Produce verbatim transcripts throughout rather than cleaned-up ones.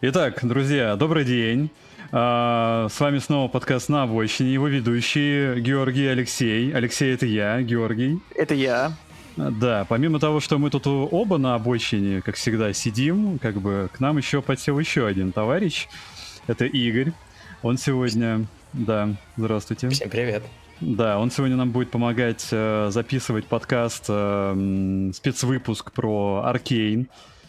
Итак, друзья, добрый день. А, С вами снова подкаст «На обочине». Его ведущие Георгий и Алексей. Алексей — это я, Георгий. Это я. А, Да, помимо того, что мы тут у- оба на обочине, как всегда, сидим, как бы к нам еще подсел еще один товарищ. Это Игорь. Он сегодня... Да, здравствуйте. Всем привет. Да, он сегодня нам будет помогать э, записывать подкаст, э, м, спецвыпуск про Аркейн.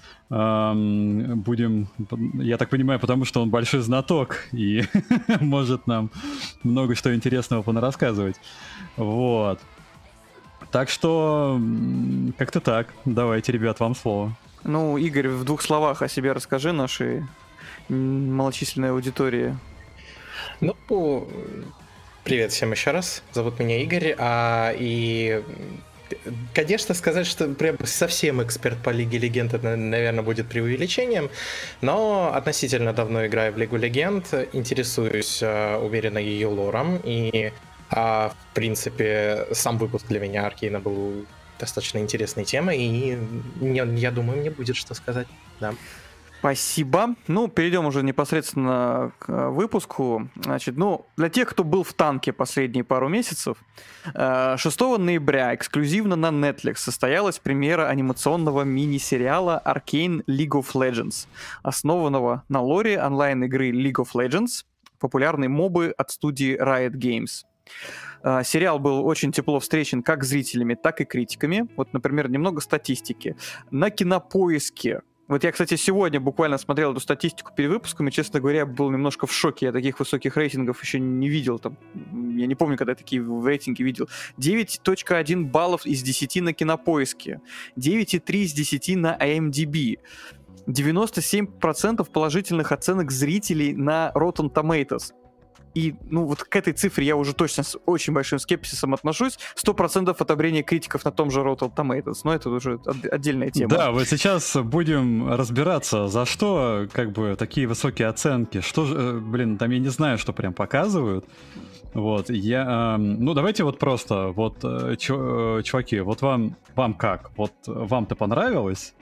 Ам, будем, я так понимаю, потому что он большой знаток и может нам много что интересного понарассказывать. Вот. Так что м, как-то так. Давайте, ребят, вам слово. Ну, Игорь, в двух словах о себе расскажи нашей м, малочисленной аудитории. Ну, привет всем еще раз. Зовут меня Игорь. А, и, конечно, сказать, что прям совсем эксперт по Лиге Легенд, это, наверное, будет преувеличением. Но относительно давно играю в Лигу Легенд, интересуюсь а, уверенно ее лором. И, а, в принципе, сам выпуск для меня Аркейна был достаточно интересной темой. И я, я думаю, мне будет что сказать. Да. Спасибо. Ну, перейдем уже непосредственно к э, выпуску. Значит, ну, для тех, кто был в танке последние пару месяцев, э, шестого ноября эксклюзивно на Netflix состоялась премьера анимационного мини-сериала Arcane League of Legends, основанного на лоре онлайн-игры League of Legends, популярной мобы от студии Riot Games. Э, Сериал был очень тепло встречен как зрителями, так и критиками. Вот, например, немного статистики. На Кинопоиске. Вот я, кстати, сегодня буквально смотрел эту статистику перед выпуском, и, честно говоря, я был немножко в шоке. Я таких высоких рейтингов еще не видел. Там, я не помню, когда я такие рейтинги видел. девять целых один баллов из десяти на Кинопоиске. девять целых три из десяти на ай эм ди би. девяносто семь процентов положительных оценок зрителей на Rotten Tomatoes. И, ну, вот к этой цифре я уже точно с очень большим скепсисом отношусь. сто процентов одобрения критиков на том же Rotten Tomatoes. Но это уже от- отдельная тема. Да, вот сейчас будем разбираться, за что как бы такие высокие оценки. Что же, э, блин, там я не знаю, что прям показывают. Вот, я, эм, ну давайте вот просто, вот, э, чу- э, чуваки, вот вам, вам как? Вот э, вам-то понравилось?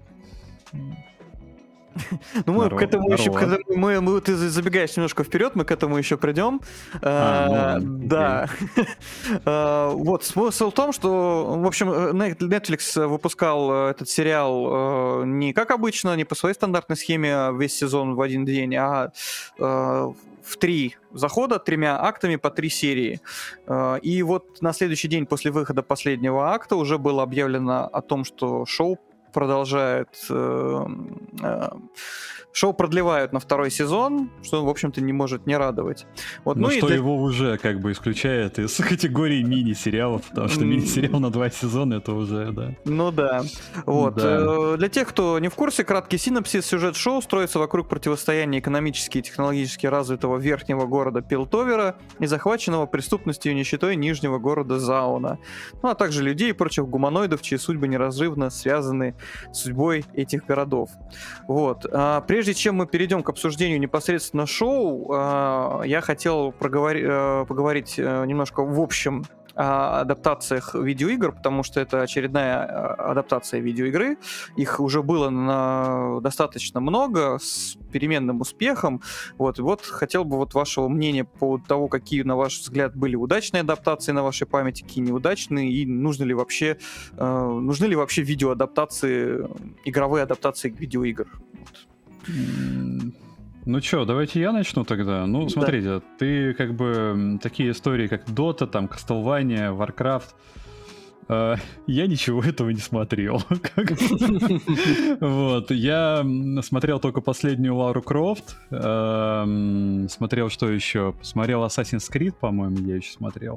Ну, мы Народ, к этому еще, к народ. этому- мы, мы- ты забегаешь немножко вперед, мы к этому еще придем. А, ну А, ладно, да. А, Вот, смысл в том, что, в общем, э, Net- Netflix выпускал э, этот сериал э, не как обычно, не по своей стандартной схеме а весь сезон в один день, а э, в три захода, тремя актами по три серии. Э, И вот на следующий день после выхода последнего акта уже было объявлено о том, что шоу продолжает... э, э, Шоу продлевают на второй сезон, что, в общем-то, не может не радовать. Вот, Ну, ну и что для- его уже как бы исключает из категории мини-сериалов, потому что М. мини-сериал на два сезона — это уже, да. Ну да. Вот. Да. Э, Для тех, кто не в курсе, краткий синопсис: сюжет шоу строится вокруг противостояния экономически и технологически развитого верхнего города Пилтовера и захваченного преступностью и нищетой нижнего города Зауна. Ну а также людей и прочих гуманоидов, чьи судьбы неразрывно связаны с судьбой этих городов. Вот. А Прежде чем мы перейдем к обсуждению непосредственно шоу, а, я хотел проговори- э, поговорить э, немножко в общем о адаптациях видеоигр, потому что это очередная а, адаптация видеоигры. Их уже было на... достаточно много, с переменным успехом. Вот, и вот хотел бы вот вашего мнения по поводу того, какие, на ваш взгляд, были удачные адаптации на вашей памяти, какие неудачные, и нужно ли вообще, э, нужны ли вообще видеоадаптации, игровые адаптации к видеоигр? Вот. М, Ну чё, давайте я начну тогда. Ну, Да. смотрите, ты как бы м, такие истории, как Dota, там, Castlevania, Warcraft, э, я ничего этого не смотрел. Как бы. Вот, я м, смотрел только последнюю Лару Крофт, эм, смотрел что еще? Посмотрел Assassin's Creed, по-моему, я еще смотрел.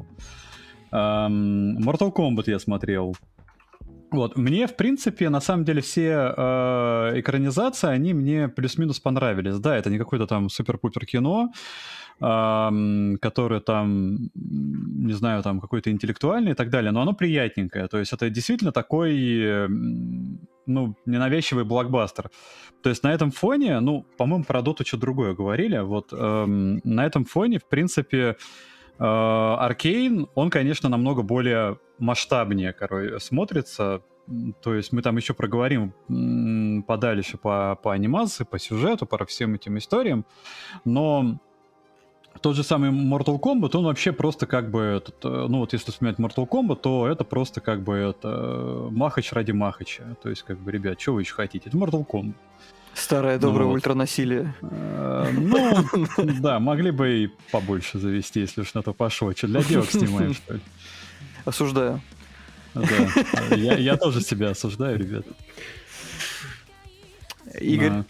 Эм, Mortal Kombat я смотрел. Вот, мне, в принципе, на самом деле все э, экранизации, они мне плюс-минус понравились. Да, это не какое-то там супер-пупер кино, эм, которое там, м, не знаю, там какое-то интеллектуальное и так далее, но оно приятненькое. То есть это действительно такой, м, ну, ненавязчивый блокбастер. То есть на этом фоне, ну, по-моему, про Доту что-то другое говорили, вот эм, на этом фоне, в принципе, Аркейн, он, конечно, намного более масштабнее, короче, смотрится. М, То есть мы там еще проговорим, м, подальше по, по анимации, по сюжету, по всем этим историям, но тот же самый Mortal Kombat, он вообще просто как бы, этот, ну вот если вспоминать Mortal Kombat, то это просто как бы это махач ради махача. То есть как бы, ребят, что вы еще хотите? Это Mortal Kombat. Старое доброе Ну вот. ультранасилие. Э, Ну, да, могли бы и побольше завести, если уж на то пошло. Что, для девок снимаем, что ли? Осуждаю. Да, я, я тоже себя осуждаю, ребят. Игорь? На-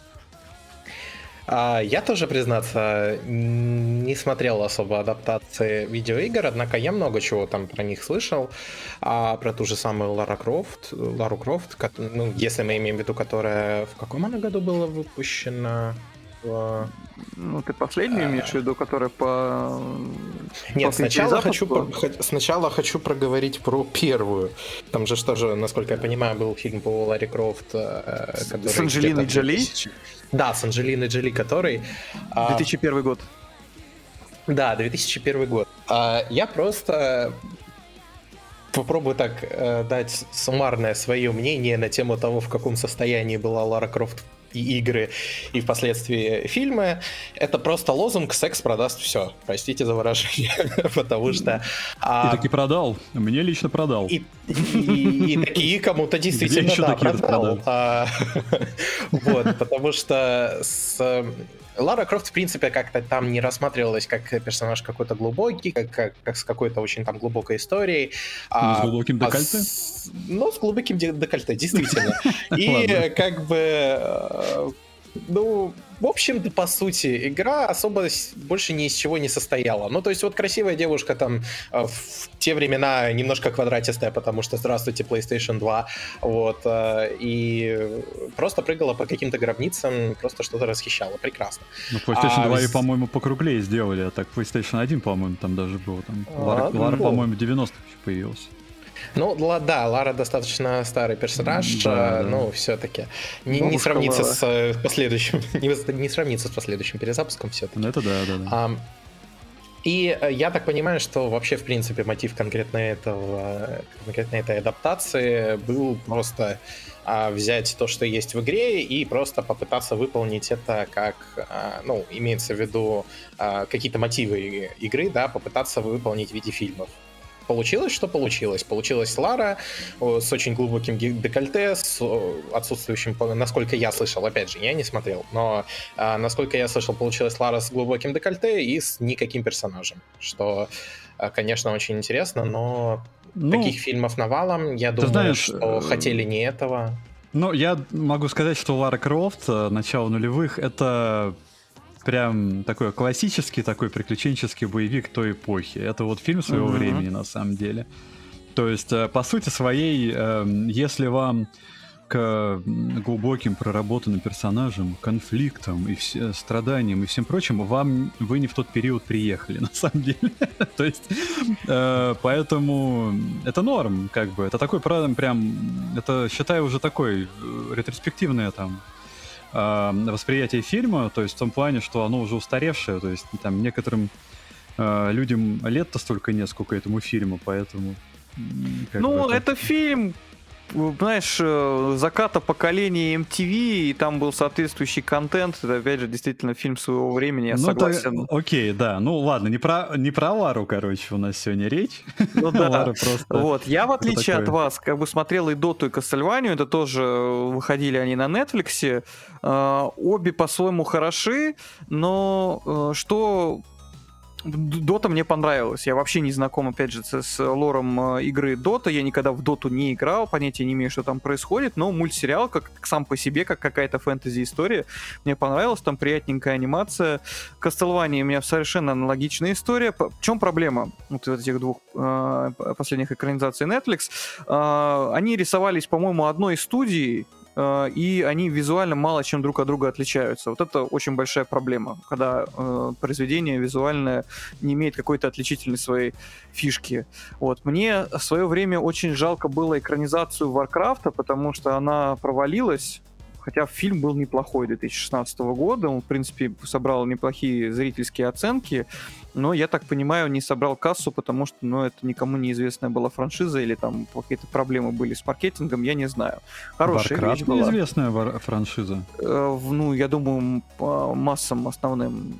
А, я тоже, признаться, не смотрел особо адаптации видеоигр, однако я много чего там про них слышал. А, про ту же самую Лара Крофт, Лару Крофт, ко- ну, если мы имеем в виду, которая в каком она году была выпущена? В- Ну, ты последнюю имеешь в виду, которая по... Нет, по сначала хочу, перезапуску? про- хо- сначала хочу проговорить про первую. Там же что же, насколько я понимаю, был фильм по Ларе Крофт, э, который С Анджелиной где-то в Джоли? две тысячи Да, с Анджелиной Джоли, который... а, две тысячи первый год. Да, две тысячи первый год. А, я просто попробую так э, дать суммарное свое мнение на тему того, в каком состоянии была Лара Крофт и игры, и впоследствии фильмы. Это просто лозунг «секс продаст все». Простите за выражение, потому что... И а, таки продал. Мне лично продал. и, и- и такие кому-то действительно еще да, такие продал. распродал. А, Вот, потому что с Лара Крофт, в принципе, как-то там не рассматривалась как персонаж какой-то глубокий, как, как, как с какой-то очень там глубокой историей. Ну, с глубоким а декольте? с- Ну, с глубоким де- декольте, действительно. И Ладно. как бы, э, ну, в общем-то, по сути, игра особо с- больше ни из чего не состояла. Ну, то есть вот красивая девушка там э, в те времена немножко квадратистая, потому что здравствуйте, PlayStation два, вот, э, и просто прыгала по каким-то гробницам, просто что-то расхищала. Прекрасно. Ну, PlayStation А, два ее, с- по-моему, покруглее сделали, а так PlayStation один, по-моему, там даже было. Там. А, Лара, Лара, ну. по-моему, в девяностых еще появилась. Ну, ла- да, Лара достаточно старый персонаж, Да, э, да. ну, все-таки. Не, не Бабушка сравнится Лара. с э, последующим, не, воз- не сравнится с последующим перезапуском все-таки. Ну, это да, да, да. Ам, И э, я так понимаю, что вообще, в принципе, мотив конкретно этого, конкретно этой адаптации был просто а, взять то, что есть в игре, и просто попытаться выполнить это как, а, ну, имеется в виду а, какие-то мотивы и- игры, да, попытаться выполнить в виде фильмов. Получилось, что получилось. Получилась Лара о, с очень глубоким ге- декольте, с о, отсутствующим, по- насколько я слышал, опять же, я не смотрел, но а, насколько я слышал, получилась Лара с глубоким декольте и с никаким персонажем, что, а, конечно, очень интересно, но Ну, таких фильмов навалом, я думаю, знаешь, что э, хотели не этого. Ну, я могу сказать, что Лара Крофт, э, начало нулевых, это прям такой классический такой приключенческий боевик той эпохи. Это вот фильм своего Мгм. времени, на самом деле. То есть, э, по сути своей, эм, если вам к м, глубоким проработанным персонажам, конфликтам и все, страданиям и всем прочим, вам вы не в тот период приехали, на самом деле. То есть, э, поэтому это норм, как бы. Это такой прям, прям, это считаю уже такой э, ретроспективное там э, восприятие фильма, то есть в том плане, что оно уже устаревшее, то есть там некоторым э, людям лет-то столько нет, сколько этому фильму, поэтому... м, как Ну, бы это фильм, знаешь, э, заката поколения эм ти ви, и там был соответствующий контент. Это, опять же, действительно фильм своего времени, я Ну, это- согласен. окей, да. Ну, ладно, не про, не про Лару, короче, у нас сегодня речь. Ну да. Лара просто... Вот, я в это отличие от такое. вас, как бы смотрел и Доту, и Кастельванию, это тоже э, выходили они на Netflix. Э, Обе по-своему хороши, но э, что Д- Дота мне понравилась. Я вообще не знаком, опять же, с, с лором э, игры Дота. Я никогда в Доту не играл, понятия не имею, что там происходит, но мультсериал как сам по себе, как какая-то фэнтези-история, мне понравилась. Там приятненькая анимация. Castlevania у меня совершенно аналогичная история. П- В чем проблема вот этих двух э, последних экранизаций Netflix? Э, они рисовались, по-моему, одной студией, э, и они визуально мало чем друг от друга отличаются. Вот это очень большая проблема, когда э, произведение визуальное не имеет какой-то отличительной своей фишки. Вот. Мне в свое время очень жалко было экранизацию Варкрафта, потому что она провалилась, хотя фильм был неплохой две тысячи шестнадцатого года, он, в принципе, собрал неплохие зрительские оценки, но, я так понимаю, не собрал кассу, потому что, ну, это никому неизвестная была франшиза, или там какие-то проблемы были с маркетингом, я не знаю. Хорошая Warcraft вещь была. неизвестная вар- франшиза. Э, в- ну, я думаю, по массам основным.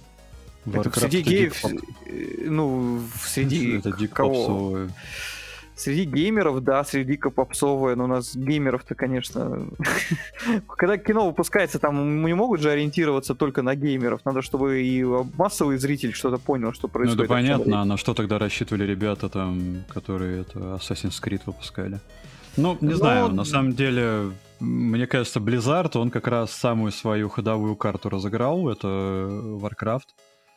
Это Warcraft среди это геев, дико э, ну, среди Это дико кого? попсовое. Среди геймеров, да, среди дико попсовое, но у нас геймеров-то, конечно... Когда кино выпускается, там не могут же ориентироваться только на геймеров. Надо, чтобы и массовый зритель что-то понял, что Ну происходит. да понятно, а на что тогда рассчитывали ребята там, которые это Assassin's Creed выпускали? Ну, не Ну, знаю, на самом деле, мне кажется, Blizzard, он как раз самую свою ходовую карту разыграл, это Warcraft.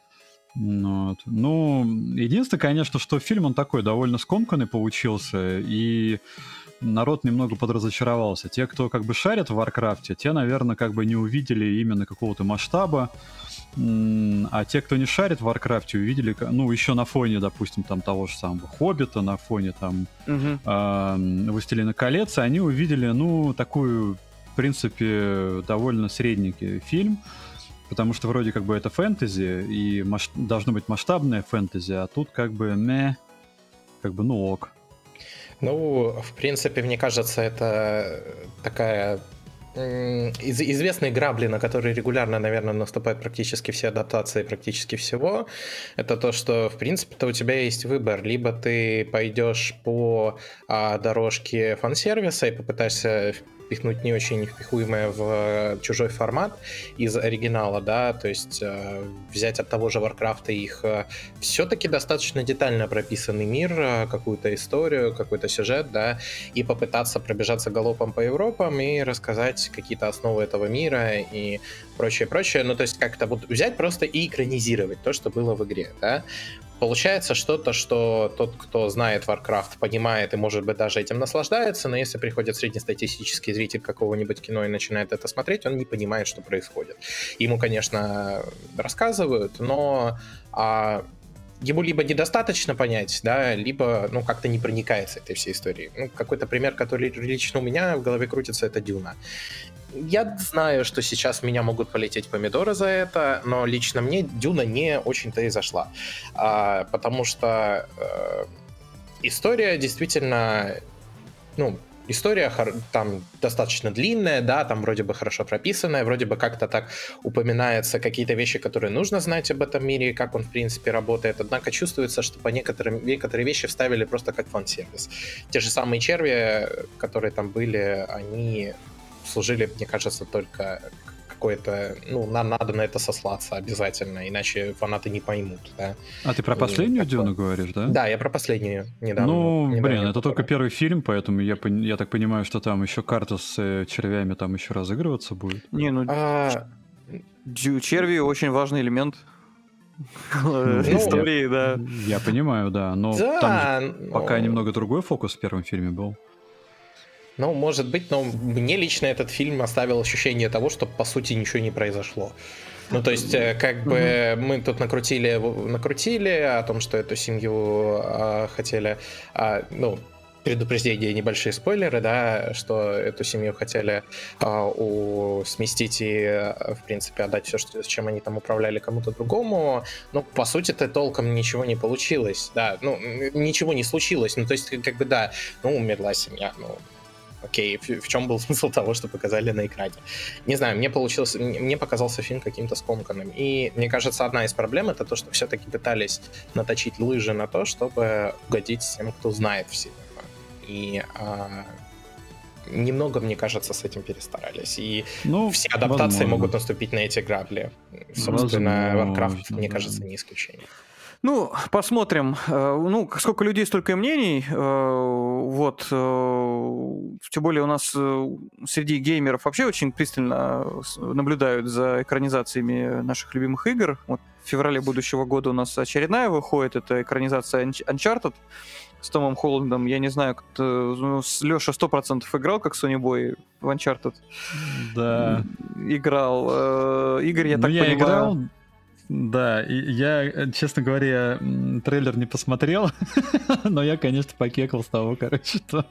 Ну, вот. Ну, единственное, конечно, что фильм, он такой довольно скомканный получился, и народ немного подразочаровался. Те, кто как бы шарят в Варкрафте, те, наверное, как бы не увидели именно какого-то масштаба, М, а те, кто не шарит в Варкрафте, увидели, ка- ну, еще на фоне, допустим, там того же самого Хоббита, на фоне там Мгм. а, Властелина колец, они увидели, ну, такую, в принципе, довольно средненький фильм, потому что вроде как бы это фэнтези, и маш- должно быть масштабное фэнтези, а тут как бы мeh, как бы ну ок. Ну, в принципе, мне кажется, это такая м, из- известные грабли, на которые регулярно, наверное, наступают практически все адаптации практически всего. Это то, что, в принципе-то, у тебя есть выбор. Либо ты пойдешь по а, дорожке фан-сервиса и попытаешься впихнуть не очень впихуемое в чужой формат из оригинала, да, то есть э, взять от того же Варкрафта их э, все-таки достаточно детально прописанный мир, э, какую-то историю, какой-то сюжет, да, и попытаться пробежаться галопом по Европам и рассказать какие-то основы этого мира и прочее, прочее, ну, то есть как-то вот взять просто и экранизировать то, что было в игре, да. Получается что-то, что тот, кто знает Warcraft, понимает и, может быть, даже этим наслаждается, но если приходит среднестатистический зритель какого-нибудь кино и начинает это смотреть, он не понимает, что происходит. Ему, конечно, рассказывают, но а, ему либо недостаточно понять, да, либо, ну, как-то не проникается этой всей историей. Ну, какой-то пример, который лично у меня в голове крутится, это Дюна. Я знаю, что сейчас меня могут полететь помидоры за это, но лично мне Дюна не очень-то и зашла. А, потому что э, история действительно, ну, история там достаточно длинная, да, там вроде бы хорошо прописанная, вроде бы как-то так упоминаются какие-то вещи, которые нужно знать об этом мире, как он, в принципе, работает, однако чувствуется, что по некоторым, некоторые вещи вставили просто как фан-сервис. Те же самые черви, которые там были, они служили, мне кажется, только какое-то... Ну, нам надо на это сослаться обязательно, иначе фанаты не поймут, да. А ты про И последнюю такое. Дюну говоришь, да? Да, я про последнюю недавно. Ну, недавно блин, это которую. только первый фильм, поэтому я, пон- я так понимаю, что там еще карта с э, червями там еще разыгрываться будет. Не, ну, А, дю- черви очень важный элемент Ну, истории, да. Я понимаю, да, но там да, же пока ну, немного другой фокус в первом фильме был. Ну, может быть, но мне лично этот фильм оставил ощущение того, что, по сути, ничего не произошло. Ну, то есть, э, как бы mm-hmm. мы тут накрутили, накрутили о том, что эту семью э, хотели, э, ну, предупреждение, небольшие спойлеры, да, что эту семью хотели э, у, сместить и, э, в принципе, отдать все, что, чем они там управляли, кому-то другому. Ну, по сути-то толком ничего не получилось, да, ну, ничего не случилось. Ну, то есть, как бы, да, ну, умерла семья, ну, окей, в, в чем был смысл того, что показали на экране? Не знаю, мне получился, мне показался фильм каким-то скомканным. И мне кажется, одна из проблем это то, что все-таки пытались наточить лыжи на то, чтобы угодить тем, кто знает вселенную. И а, немного, мне кажется, с этим перестарались. И ну, все адаптации возможно. могут наступить на эти грабли. Собственно, возможно, Warcraft, мне да. кажется, не исключение. Ну, посмотрим. Ну, сколько людей, столько и мнений. Вот. Тем более у нас среди геймеров вообще очень пристально наблюдают за экранизациями наших любимых игр. Вот в феврале будущего года у нас очередная выходит. Это экранизация Uncharted с Томом Холландом. Я не знаю, кто... Ну, Леша сто процентов играл, как Sony Boy в Uncharted. Да. Играл. Игорь, я ну, так я понимаю... играл... Да, и я, честно говоря, трейлер не посмотрел, но я, конечно, покекал с того, короче, что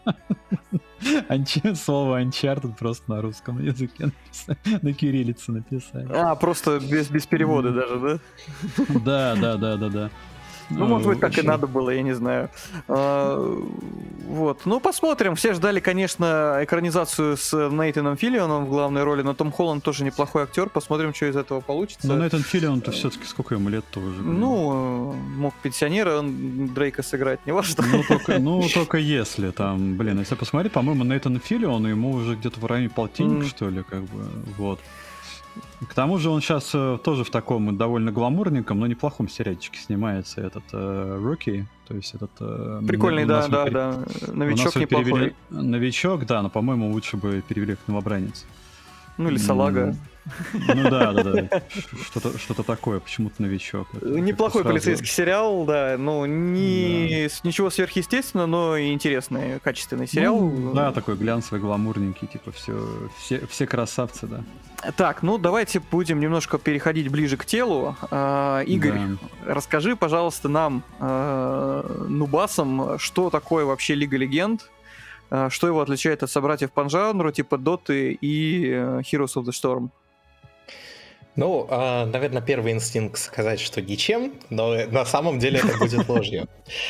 слово Uncharted просто на русском языке на кириллице написали. А, просто без, без перевода даже, да? Да, да, да, да, да. Ну, может быть, так и надо было, я не знаю. А, вот. Ну, посмотрим. Все ждали, конечно, экранизацию с Нейтаном Филлионом в главной роли, но Том Холланд тоже неплохой актер. Посмотрим, что из этого получится. Но Нейтан Филлион-то все-таки сколько ему лет-то уже? Блин. Ну, мог пенсионера Дрейка сыграть, не важно. Ну только, ну, только если там, блин, если посмотреть, по-моему, Нейтан Филлион, ему уже где-то в районе полтинника, mm. что ли, как бы, вот. К тому же он сейчас э, тоже в таком довольно гламурненьком, но неплохом сериальчике снимается, этот Рокки, э, то есть этот... Э, Прикольный, да, да, пере... да, новичок неплохой. Перевели... Новичок, да, но, по-моему, лучше бы перевели как новобранец. Ну или Салага. Ну да, да, да. Что-то, что-то такое, почему-то новичок. Это неплохой сразу... полицейский сериал, да. Ну, не... да. Ничего сверхъестественного, но и интересный, качественный сериал. Ну, да, такой глянцевый, гламурненький, типа все, все, все красавцы, да. Так, ну давайте будем немножко переходить ближе к телу. А, Игорь, да. расскажи, пожалуйста, нам, а, нубасам, что такое вообще Лига Легенд, а, что его отличает от собратьев по жанру, типа Доты и Heroes of the Storm. Ну, э, наверное, первый инстинкт сказать, что ничем, но на самом деле это будет ложью.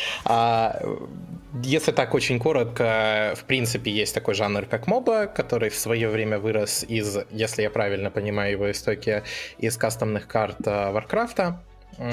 Если так очень коротко, в принципе, есть такой жанр, как моба, который в свое время вырос из, если я правильно понимаю его истоки, из кастомных карт Варкрафта.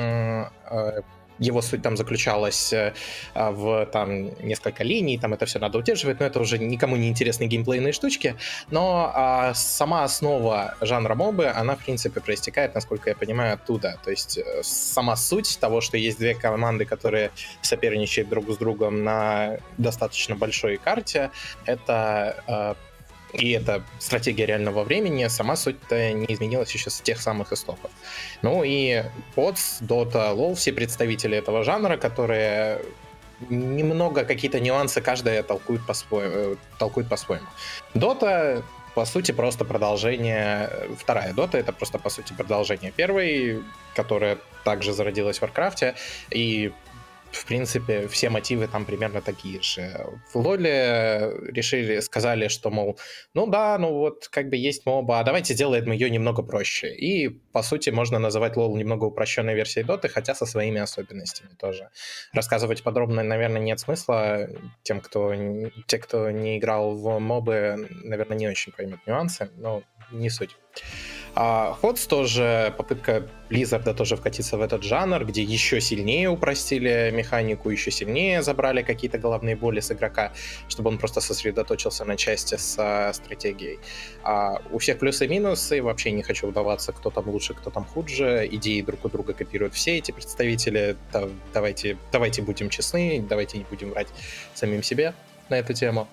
Его суть там заключалась в там несколько линий, там это все надо удерживать, но это уже никому не интересные геймплейные штучки. Но а, сама основа жанра мобы, она в принципе проистекает, насколько я понимаю, оттуда. То есть сама суть того, что есть две команды, которые соперничают друг с другом на достаточно большой карте, это... А, и это стратегия реального времени, сама суть-то не изменилась еще с тех самых истоков. Ну и Подс, Dota, лол, все представители этого жанра, которые немного какие-то нюансы каждая толкует по-своему. Толкует по-своему. Dota, по сути, просто продолжение... Вторая Dota — это просто, по сути, продолжение первой, которая также зародилась в Варкрафте, и в принципе, все мотивы там примерно такие же. В Лоле решили, сказали, что, мол, ну да, ну вот как бы есть моба, а давайте сделаем ее немного проще. И, по сути, можно называть Лол немного упрощенной версией Доты, хотя со своими особенностями тоже. Рассказывать подробно, наверное, нет смысла. Тем, кто, те, кто не играл в мобы, наверное, не очень поймет нюансы, но не суть. А Ходс тоже, попытка Blizzard тоже вкатиться в этот жанр, где еще сильнее упростили механику, еще сильнее забрали какие-то головные боли с игрока, чтобы он просто сосредоточился на части с а, стратегией. А у всех плюсы и минусы, вообще не хочу вдаваться, кто там лучше, кто там хуже, идеи друг у друга копируют все эти представители, да, давайте, давайте будем честны, давайте не будем врать самим себе на эту тему.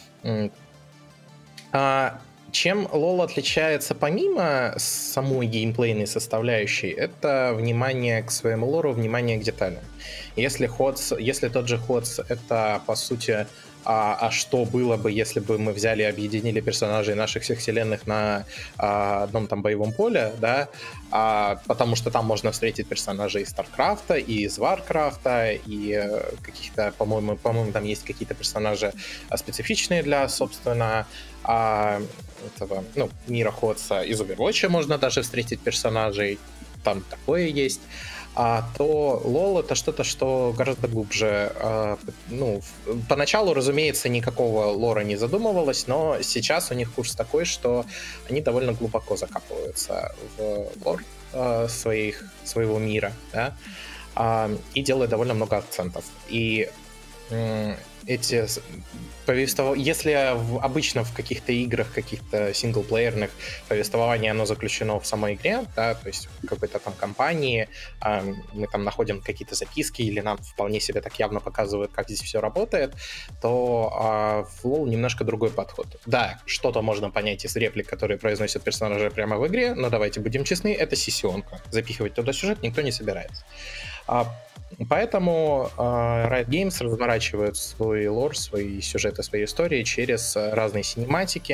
А чем лол отличается помимо самой геймплейной составляющей, это внимание к своему лору, внимание к деталям. Если, Ходс, если тот же Ходс — это, по сути, а, а что было бы, если бы мы взяли и объединили персонажей наших всех вселенных на а, одном там боевом поле, да, а, потому что там можно встретить персонажей из Старкрафта, и из Варкрафта, и каких-то, по-моему, по-моему, там есть какие-то персонажи специфичные для, собственно, а, этого, ну, мира Ходса. Из Overwatch можно даже встретить персонажей, там такое есть. А то лол — это что-то, что гораздо глубже. А, ну, поначалу, разумеется, никакого лора не задумывалось, но сейчас у них курс такой, что они довольно глубоко закапываются в лор а, своих, своего мира, да, а, и делают довольно много акцентов. И м- эти повествов... Если в... обычно в каких-то играх, каких-то синглплеерных повествование, оно заключено в самой игре, да, то есть в какой-то там компании, э, мы там находим какие-то записки, или нам вполне себе так явно показывают, как здесь все работает, то э, в лол немножко другой подход. Да, что-то можно понять из реплик, которые произносят персонажи прямо в игре, но давайте будем честны, это сессионка. Запихивать туда сюжет никто не собирается. А Поэтому э, Riot Games разворачивают свой лор, свои сюжеты, свои истории через разные синематики,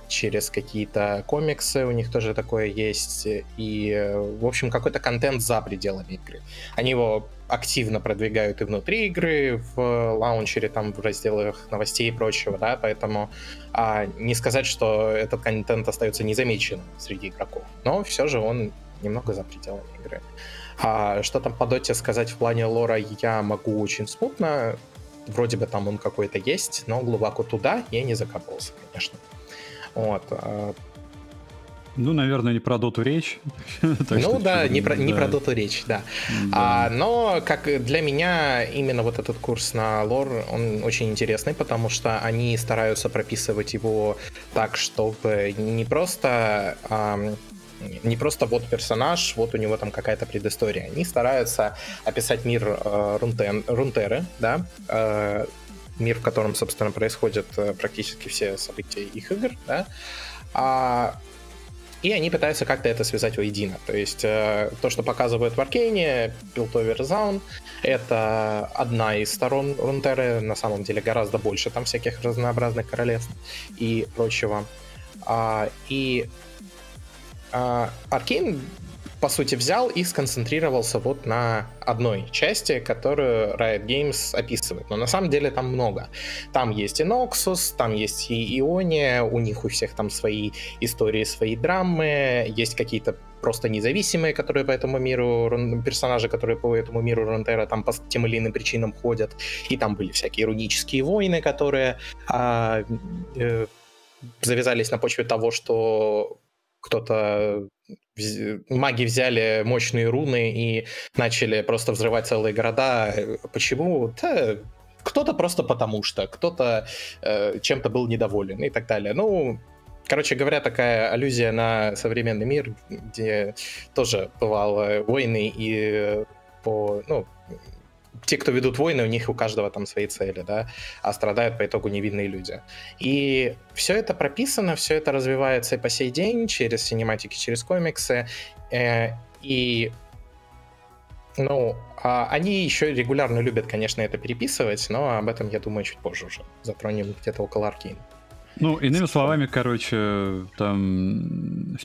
через какие-то комиксы у них тоже такое есть, и, в общем, какой-то контент за пределами игры. Они его активно продвигают и внутри игры, в лаунчере, там, в разделах новостей и прочего, да, поэтому а, не сказать, что этот контент остается незамеченным среди игроков, но все же он немного за пределами игры. А что там по доте сказать в плане лора я могу очень смутно, вроде бы там он какой-то есть, но глубоко туда я не закопался, конечно. Вот. Ну, наверное, не про доту речь. Ну да, не про, не про доту речь, да. А, но как для меня именно вот этот курс на лор, он очень интересный, потому что они стараются прописывать его так, чтобы не просто... А, не просто вот персонаж, вот у него там какая-то предыстория. Они стараются описать мир э, Рунтен, Рунтеры, да, э, мир, в котором, собственно, происходят э, практически все события их игр, да, а, и они пытаются как-то это связать воедино. То есть э, то, что показывают в Аркейне, Piltover Zone, это одна из сторон Рунтеры, на самом деле гораздо больше там всяких разнообразных королевств и прочего. А, и Аркейн, по сути, взял и сконцентрировался вот на одной части, которую Riot Games описывает. Но на самом деле там много. Там есть и Noxus, там есть и Иония, у них у всех там свои истории, свои драмы, есть какие-то просто независимые, которые по этому миру, персонажи, которые по этому миру Рунтера там по тем или иным причинам ходят. И там были всякие рунические войны, которые а, э, завязались на почве того, что кто-то, маги взяли мощные руны и начали просто взрывать целые города. Почему? Да, кто-то просто потому что, кто-то э, чем-то был недоволен и так далее. Ну, короче говоря, такая аллюзия на современный мир, где тоже бывало войны и по, ну, те, кто ведут войны, у них у каждого там свои цели, да, а страдают по итогу невинные люди. И все это прописано, все это развивается и по сей день через синематики, через комиксы. Э, и, ну, а они еще регулярно любят, конечно, это переписывать, но об этом, я думаю, чуть позже уже затронем где-то около Аркейна. Ну, иными словами, короче, там...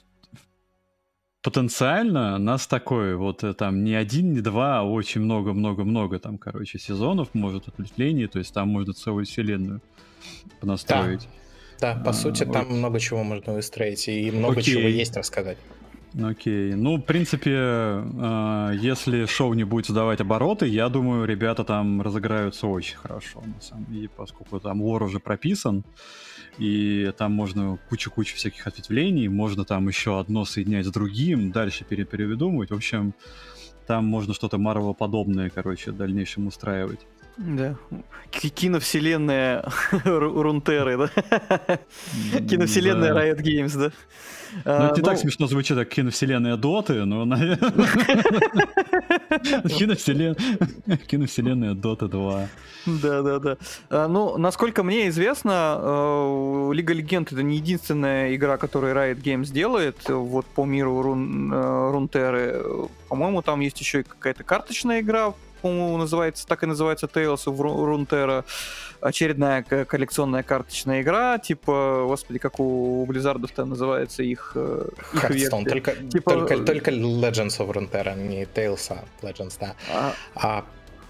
Потенциально нас такой, вот там не один, не два, а очень много-много-много там, короче, сезонов, может, ответвлений, то есть там можно целую вселенную понастроить. Да, да, по а, сути, вот. Там много чего можно выстроить, и много Окей. чего есть рассказать. Окей, ну, в принципе, если шоу не будет задавать обороты, я думаю, ребята там разыграются очень хорошо, на самом деле, поскольку там лор уже прописан, и там можно кучу-кучу всяких ответвлений, можно там еще одно соединять с другим, дальше перепридумывать. В общем, там можно что-то Марвел-подобное, короче, в дальнейшем устраивать. Да. Киновселенная Рунтеры, да? Киновселенная Riot Games, да? Ну, это не так смешно звучит, как киновселенная Доты, но... Киновселенная Дота два. Да-да-да. Ну, насколько мне известно, Лига Легенд — это не единственная игра, которую Riot Games делает вот по миру Рунтеры. По-моему, там есть еще и какая-то карточная игра, по-моему, называется, так и называется Tales of Runeterra. Очередная коллекционная карточная игра, типа, господи, как у Blizzard'ов там называется их, их Hearthstone, только, типа... только, только Legends of Runeterra, не Tales, а Legends, да. А... А...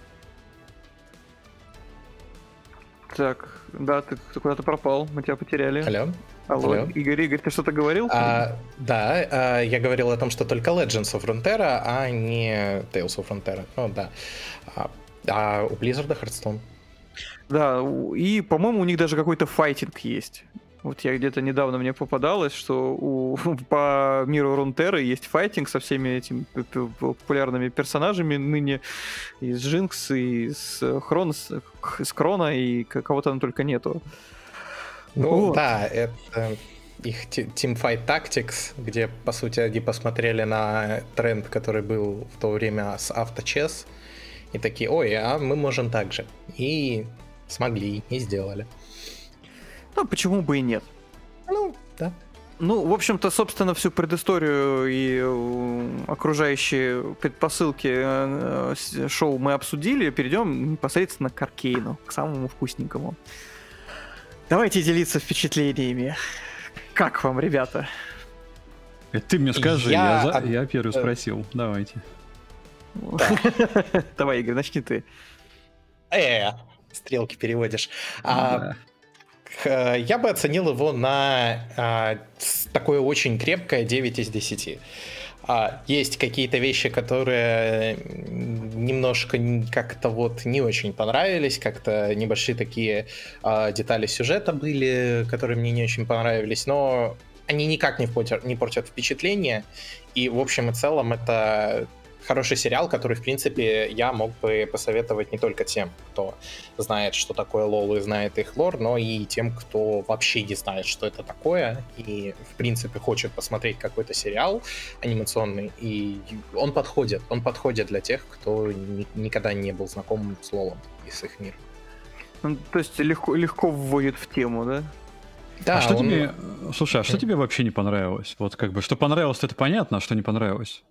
Так, да, ты, ты куда-то пропал, мы тебя потеряли. Алло? Алло, Алло. Игорь, Игорь, ты что-то говорил? А, да, а, я говорил о том, что только Legends of Runeterra, а не Tales of Runeterra. Ну да. А, а у Blizzard Hearthstone. Да, и, по-моему, у них даже какой-то файтинг есть. Вот я где-то недавно мне попадалось, что у, по миру Рунтеры есть файтинг со всеми этими популярными персонажами ныне. И с Джинкс, и с Хронос, с Крона, и кого-то там только нету. Ну вот. Да, это их Teamfight Tactics, где, по сути, они посмотрели на тренд, который был в то время с авточес, и такие, ой, а мы можем так же. И смогли, и сделали. Ну, почему бы и нет? Ну, да. Ну, в общем-то, собственно, всю предысторию и окружающие предпосылки шоу мы обсудили. Перейдем непосредственно к Аркейну, к самому вкусненькому. Давайте делиться впечатлениями. Как вам, ребята? Это ты мне скажи, Я- я, за- я первый спросил. Давайте. Давай, Игорь, начни ты. Э, стрелки переводишь. А, Да. х- я бы оценил его на а, с- такое очень крепкое девять из десяти. А, есть какие-то вещи, которые м, немножко н- как-то вот не очень понравились, как-то небольшие такие а, детали сюжета были, которые мне не очень понравились, но они никак не портят, не портят впечатление. И в общем и целом это хороший сериал, который, в принципе, я мог бы посоветовать не только тем, кто знает, что такое лол и знает их лор, но и тем, кто вообще не знает, что это такое, и, в принципе, хочет посмотреть какой-то сериал анимационный, и он подходит, он подходит для тех, кто ни- никогда не был знаком с лолом и с их миром. Ну, то есть легко, легко вводит в тему, да? Да, а что он- тебе, слушай, а что Мгм. тебе вообще не понравилось? Вот как бы, что понравилось, это понятно, а что не понравилось?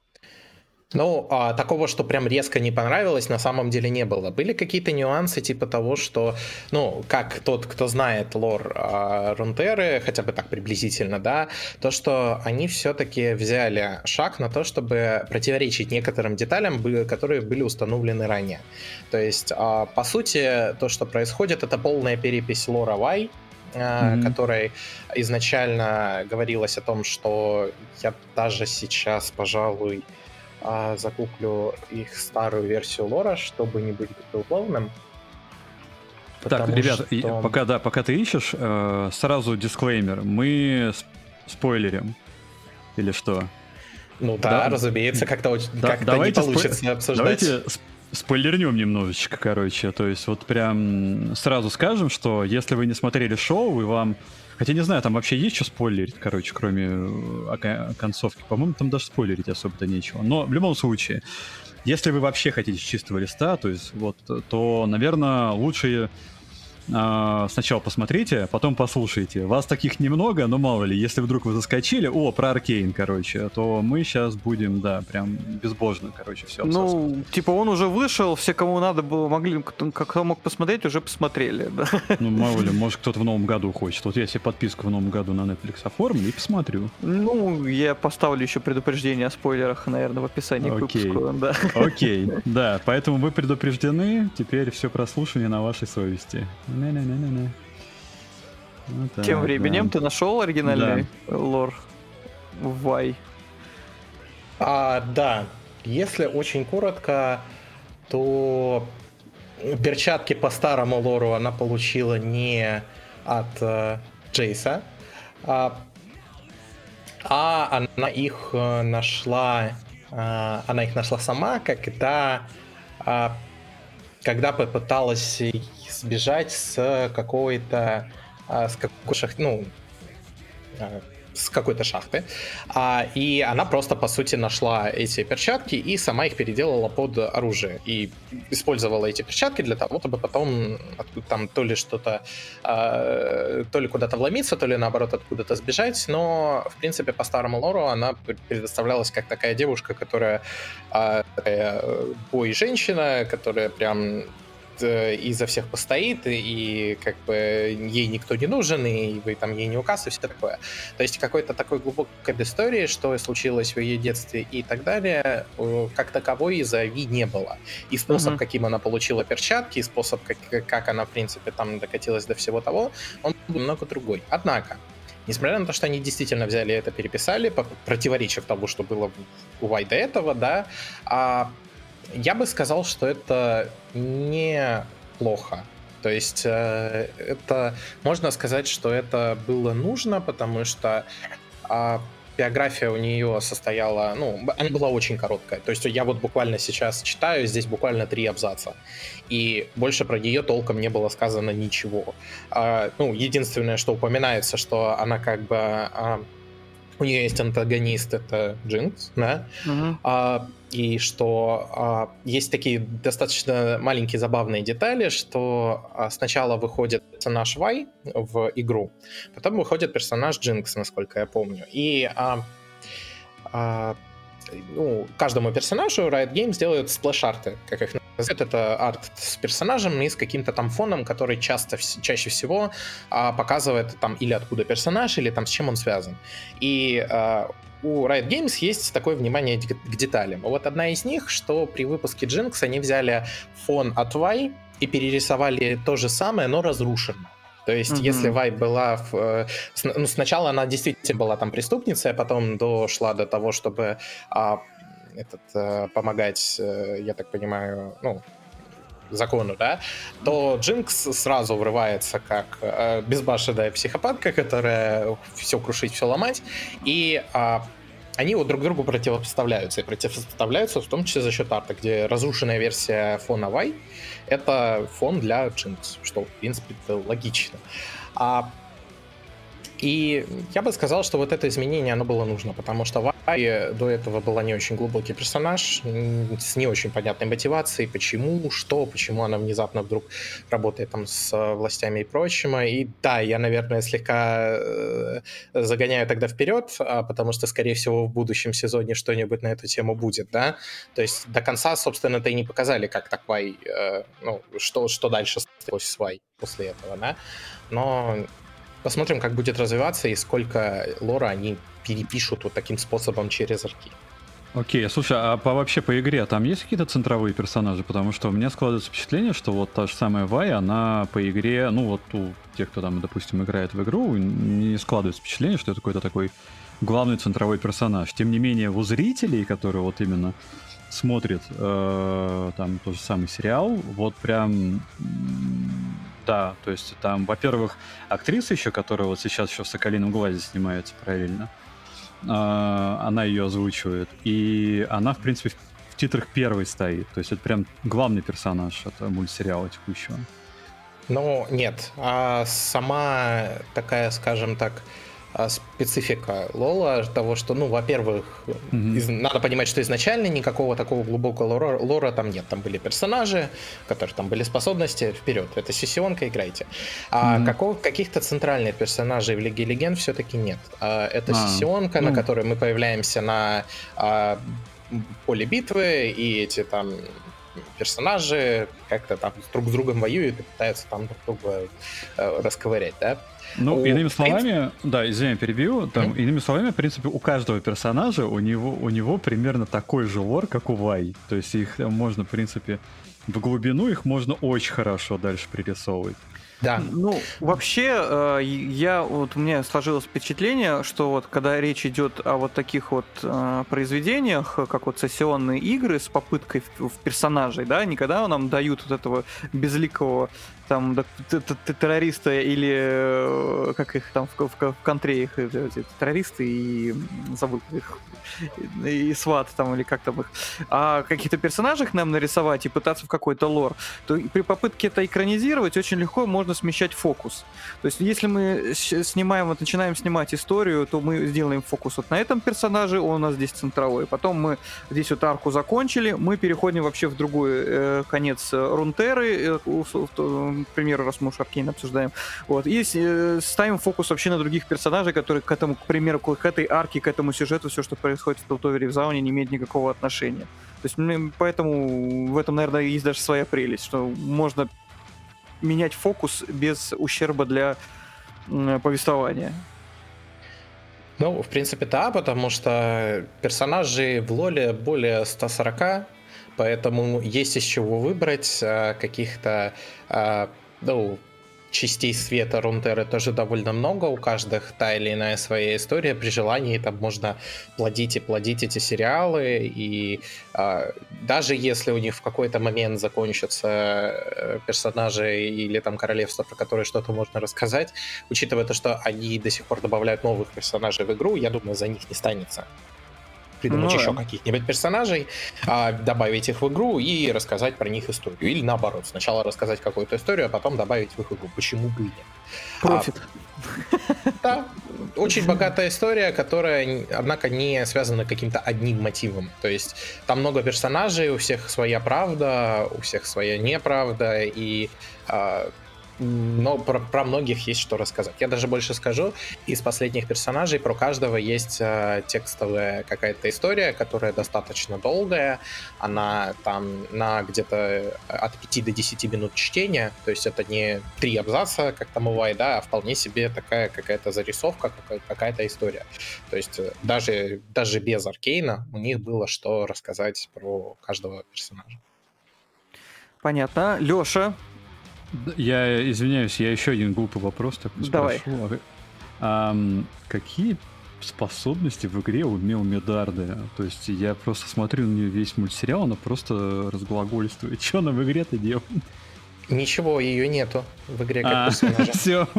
Ну, а, такого, что прям резко не понравилось, на самом деле не было. Были какие-то нюансы типа того, что, ну, как тот, кто знает лор а, Рунтеры, хотя бы так приблизительно, да, то, что они все-таки взяли шаг на то, чтобы противоречить некоторым деталям, бы- которые были установлены ранее. То есть, а, по сути, то, что происходит, это полная перепись лора Вай, а, Мгм. которой изначально говорилось о том, что я даже сейчас, пожалуй, а, закуплю их старую версию лора, чтобы не быть безусловным. Так, Потому ребят, и что- пока, да, пока ты ищешь, э, сразу дисклеймер. Мы с- спойлерим. Или что? Ну да, Да. разумеется, как-то, очень, Да, как-то не давайте спой- получится обсуждать. Давайте сп- спойлернем немножечко, короче. То есть вот прям сразу скажем, что если вы не смотрели шоу, и вам... Хотя не знаю, там вообще есть что спойлерить, короче, кроме э, ока- концовки. По-моему, там даже спойлерить особо-то нечего. Но в любом случае, если вы вообще хотите с чистого листа, то есть вот, то, наверное, лучше а, сначала посмотрите, потом послушайте. Вас таких немного, но мало ли, если вдруг вы заскочили, о, про Аркейн, короче, то мы сейчас будем, да, прям безбожно, короче, все обсасывать. Ну, типа он уже вышел, все, кому надо было, могли, кто, кто мог посмотреть, уже посмотрели, да. Ну, мало ли, может, кто-то в новом году хочет. Вот я себе подписку в новом году на Netflix оформлю и посмотрю. Ну, я поставлю еще предупреждение о спойлерах, наверное, в описании к Окей. выпуску, да. Окей, да, поэтому вы предупреждены, теперь все прослушивание на вашей совести. Не-не-не-не-не. Вот так, Тем временем да. ты нашел оригинальный лор Вай. А, да, если очень коротко, то перчатки по старому лору она получила не от э, Джейса, а, а она их э, нашла, э, она их нашла сама, когда, а, когда попыталась сбежать с какой-то, а, с какой шах- ну, а, с какой-то шахты. А, и она просто, по сути, нашла эти перчатки и сама их переделала под оружие. И использовала эти перчатки для того, чтобы потом откуда там то ли что-то, а, то ли куда-то вломиться, то ли наоборот откуда-то сбежать. Но, в принципе, по старому лору она предоставлялась как такая девушка, которая а, такая бой-женщина, которая прям изо всех постоит, и, и как бы ей никто не нужен, и вы там ей не указ, и все такое. То есть какой-то такой глубокой истории, что случилось в ее детстве и так далее, как таковой из-за Ви не было. И способ, Мгм. каким она получила перчатки, и способ, как, как она, в принципе, там докатилась до всего того, он был немного другой. Однако, несмотря на то, что они действительно взяли это, переписали, по- противоречив тому, что было у Вай до этого, да, а я бы сказал, что это неплохо. То есть э, это можно сказать, что это было нужно, потому что а, биография у нее состояла, ну, она была очень короткая. То есть я вот буквально сейчас читаю, здесь буквально три абзаца. И больше про нее толком не было сказано ничего. А, ну, единственное, что упоминается, что она как бы... А, у нее есть антагонист, это Джинкс, да? Мгм. А, и что а, есть такие достаточно маленькие забавные детали, что а, сначала выходит персонаж Вай в игру, потом выходит персонаж Джинкс, насколько я помню. И а, а, ну, каждому персонажу Riot Games делают сплэш-арты, как их это арт с персонажем и с каким-то там фоном, который часто, чаще всего а, показывает там или откуда персонаж, или там с чем он связан. И а, у Riot Games есть такое внимание к деталям. Вот одна из них, что при выпуске Jinx они взяли фон от Вай и перерисовали то же самое, но разрушено. То есть, mm-hmm. если Вай была... В, ну, сначала она действительно была там преступницей, а потом дошла до того, чтобы а, этот, а, помогать, я так понимаю, ну, закону, да, то Джинкс сразу врывается как а, безбашенная психопатка, которая все крушить, все ломать, и... А, они вот друг другу противопоставляются, и противопоставляются в том числе за счет арта, где разрушенная версия фона Вай — это фон для Jinx, что, в принципе, логично. А, и я бы сказал, что вот это изменение, оно было нужно, потому что Вай до этого была не очень глубокий персонаж, с не очень понятной мотивацией, почему, что, почему она внезапно вдруг работает там с властями и прочим. И да, я, наверное, слегка загоняю тогда вперед, потому что, скорее всего, в будущем сезоне что-нибудь на эту тему будет, да. То есть до конца, собственно-то, и не показали, как так Вай, ну, что, что дальше сталось с Вай после этого, да. Но посмотрим, как будет развиваться и сколько лора они перепишут вот таким способом через арки. Окей, okay, слушай, а по, вообще по игре там есть какие-то центровые персонажи? Потому что у меня складывается впечатление, что вот та же самая Вай, она по игре, ну вот у тех, кто там, допустим, играет в игру, не складывается впечатление, что это какой-то такой главный центровой персонаж. Тем не менее, у зрителей, которые вот именно смотрят э, там тот же самый сериал, вот прям... Да, то есть там, во-первых, актриса еще, которая вот сейчас еще в «Соколином глазе» снимается параллельно, она ее озвучивает, и она, в принципе, в титрах первой стоит, то есть это прям главный персонаж этого мультсериала текущего. Ну, нет, а сама такая, скажем так, специфика Лола того, что, ну, во-первых, mm-hmm. из, надо понимать, что изначально никакого такого глубокого лора, лора там нет. Там были персонажи, у которых там были способности. Вперед, это сессионка, играйте. А mm-hmm. какого, каких-то центральных персонажей в Лиге Легенд все-таки нет. А, это а, сессионка, ну... на которой мы появляемся на а, поле битвы, и эти там персонажи как-то там друг с другом воюют и пытаются там друг друга э, расковырять, да? Ну, у... иными словами, да, извини, перебью, там, mm-hmm. иными словами, в принципе, у каждого персонажа, у него, у него примерно такой же лор, как у Вай. То есть их можно, в принципе, в глубину их можно очень хорошо дальше пририсовывать. Да. Ну, вообще, я, вот у меня сложилось впечатление, что вот когда речь идет о вот таких вот э, произведениях, как вот сессионные игры с попыткой в, в персонажей, да, никогда нам дают вот этого безликого там террориста или как их там в, в, в контре их эти, террористы и забыл их и сват там или как там их, а каких-то персонажей нам нарисовать и пытаться в какой-то лор, то при попытке это экранизировать очень легко можно смещать фокус. То есть если мы снимаем, вот начинаем снимать историю, то мы сделаем фокус вот на этом персонаже, он у нас здесь центровой. Потом мы здесь вот арку закончили, мы переходим вообще в другой э, конец Рунтеры, э, к примеру, раз мы уж Аркейн обсуждаем. Вот. И э, ставим фокус вообще на других персонажей, которые к этому, к примеру, к этой арке, к этому сюжету, все, что происходит в Пилтовере, в Зауне, не имеет никакого отношения. То есть поэтому в этом, наверное, есть даже своя прелесть, что можно менять фокус без ущерба для э, повествования. Ну, в принципе, да, потому что персонажей в Лоле более ста сорока, поэтому есть из чего выбрать. Каких-то, ну, частей света Рунтеры тоже довольно много, у каждых та или иная своя история, при желании там можно плодить и плодить эти сериалы, и э, даже если у них в какой-то момент закончатся персонажи или там королевства, про которые что-то можно рассказать, учитывая то, что они до сих пор добавляют новых персонажей в игру, я думаю, за них не станется придумать ну, еще да. каких-нибудь персонажей, а, добавить их в игру и рассказать про них историю. Или наоборот, сначала рассказать какую-то историю, а потом добавить в их игру. Почему бы и нет? Профит. А, да, очень богатая история, которая, однако, не связана каким-то одним мотивом. То есть там много персонажей, у всех своя правда, у всех своя неправда, и а, но про, про многих есть что рассказать. Я даже больше скажу, из последних персонажей про каждого есть э, текстовая какая-то история, которая достаточно долгая, она там на где-то от пяти до десяти минут чтения, то есть это не три абзаца, как там бывает, да, а вполне себе такая какая-то зарисовка, какая-то история. То есть даже, даже без Аркейна у них было что рассказать про каждого персонажа. Понятно. Лёша. Я извиняюсь, я еще один глупый вопрос такой Давай. спрошу. А, а, какие способности в игре у Мелмедарды? То есть я просто смотрю на нее весь мультсериал, она просто разглагольствует. Что она в игре-то делает? Ничего, ее нету в игре как персонажа. Все.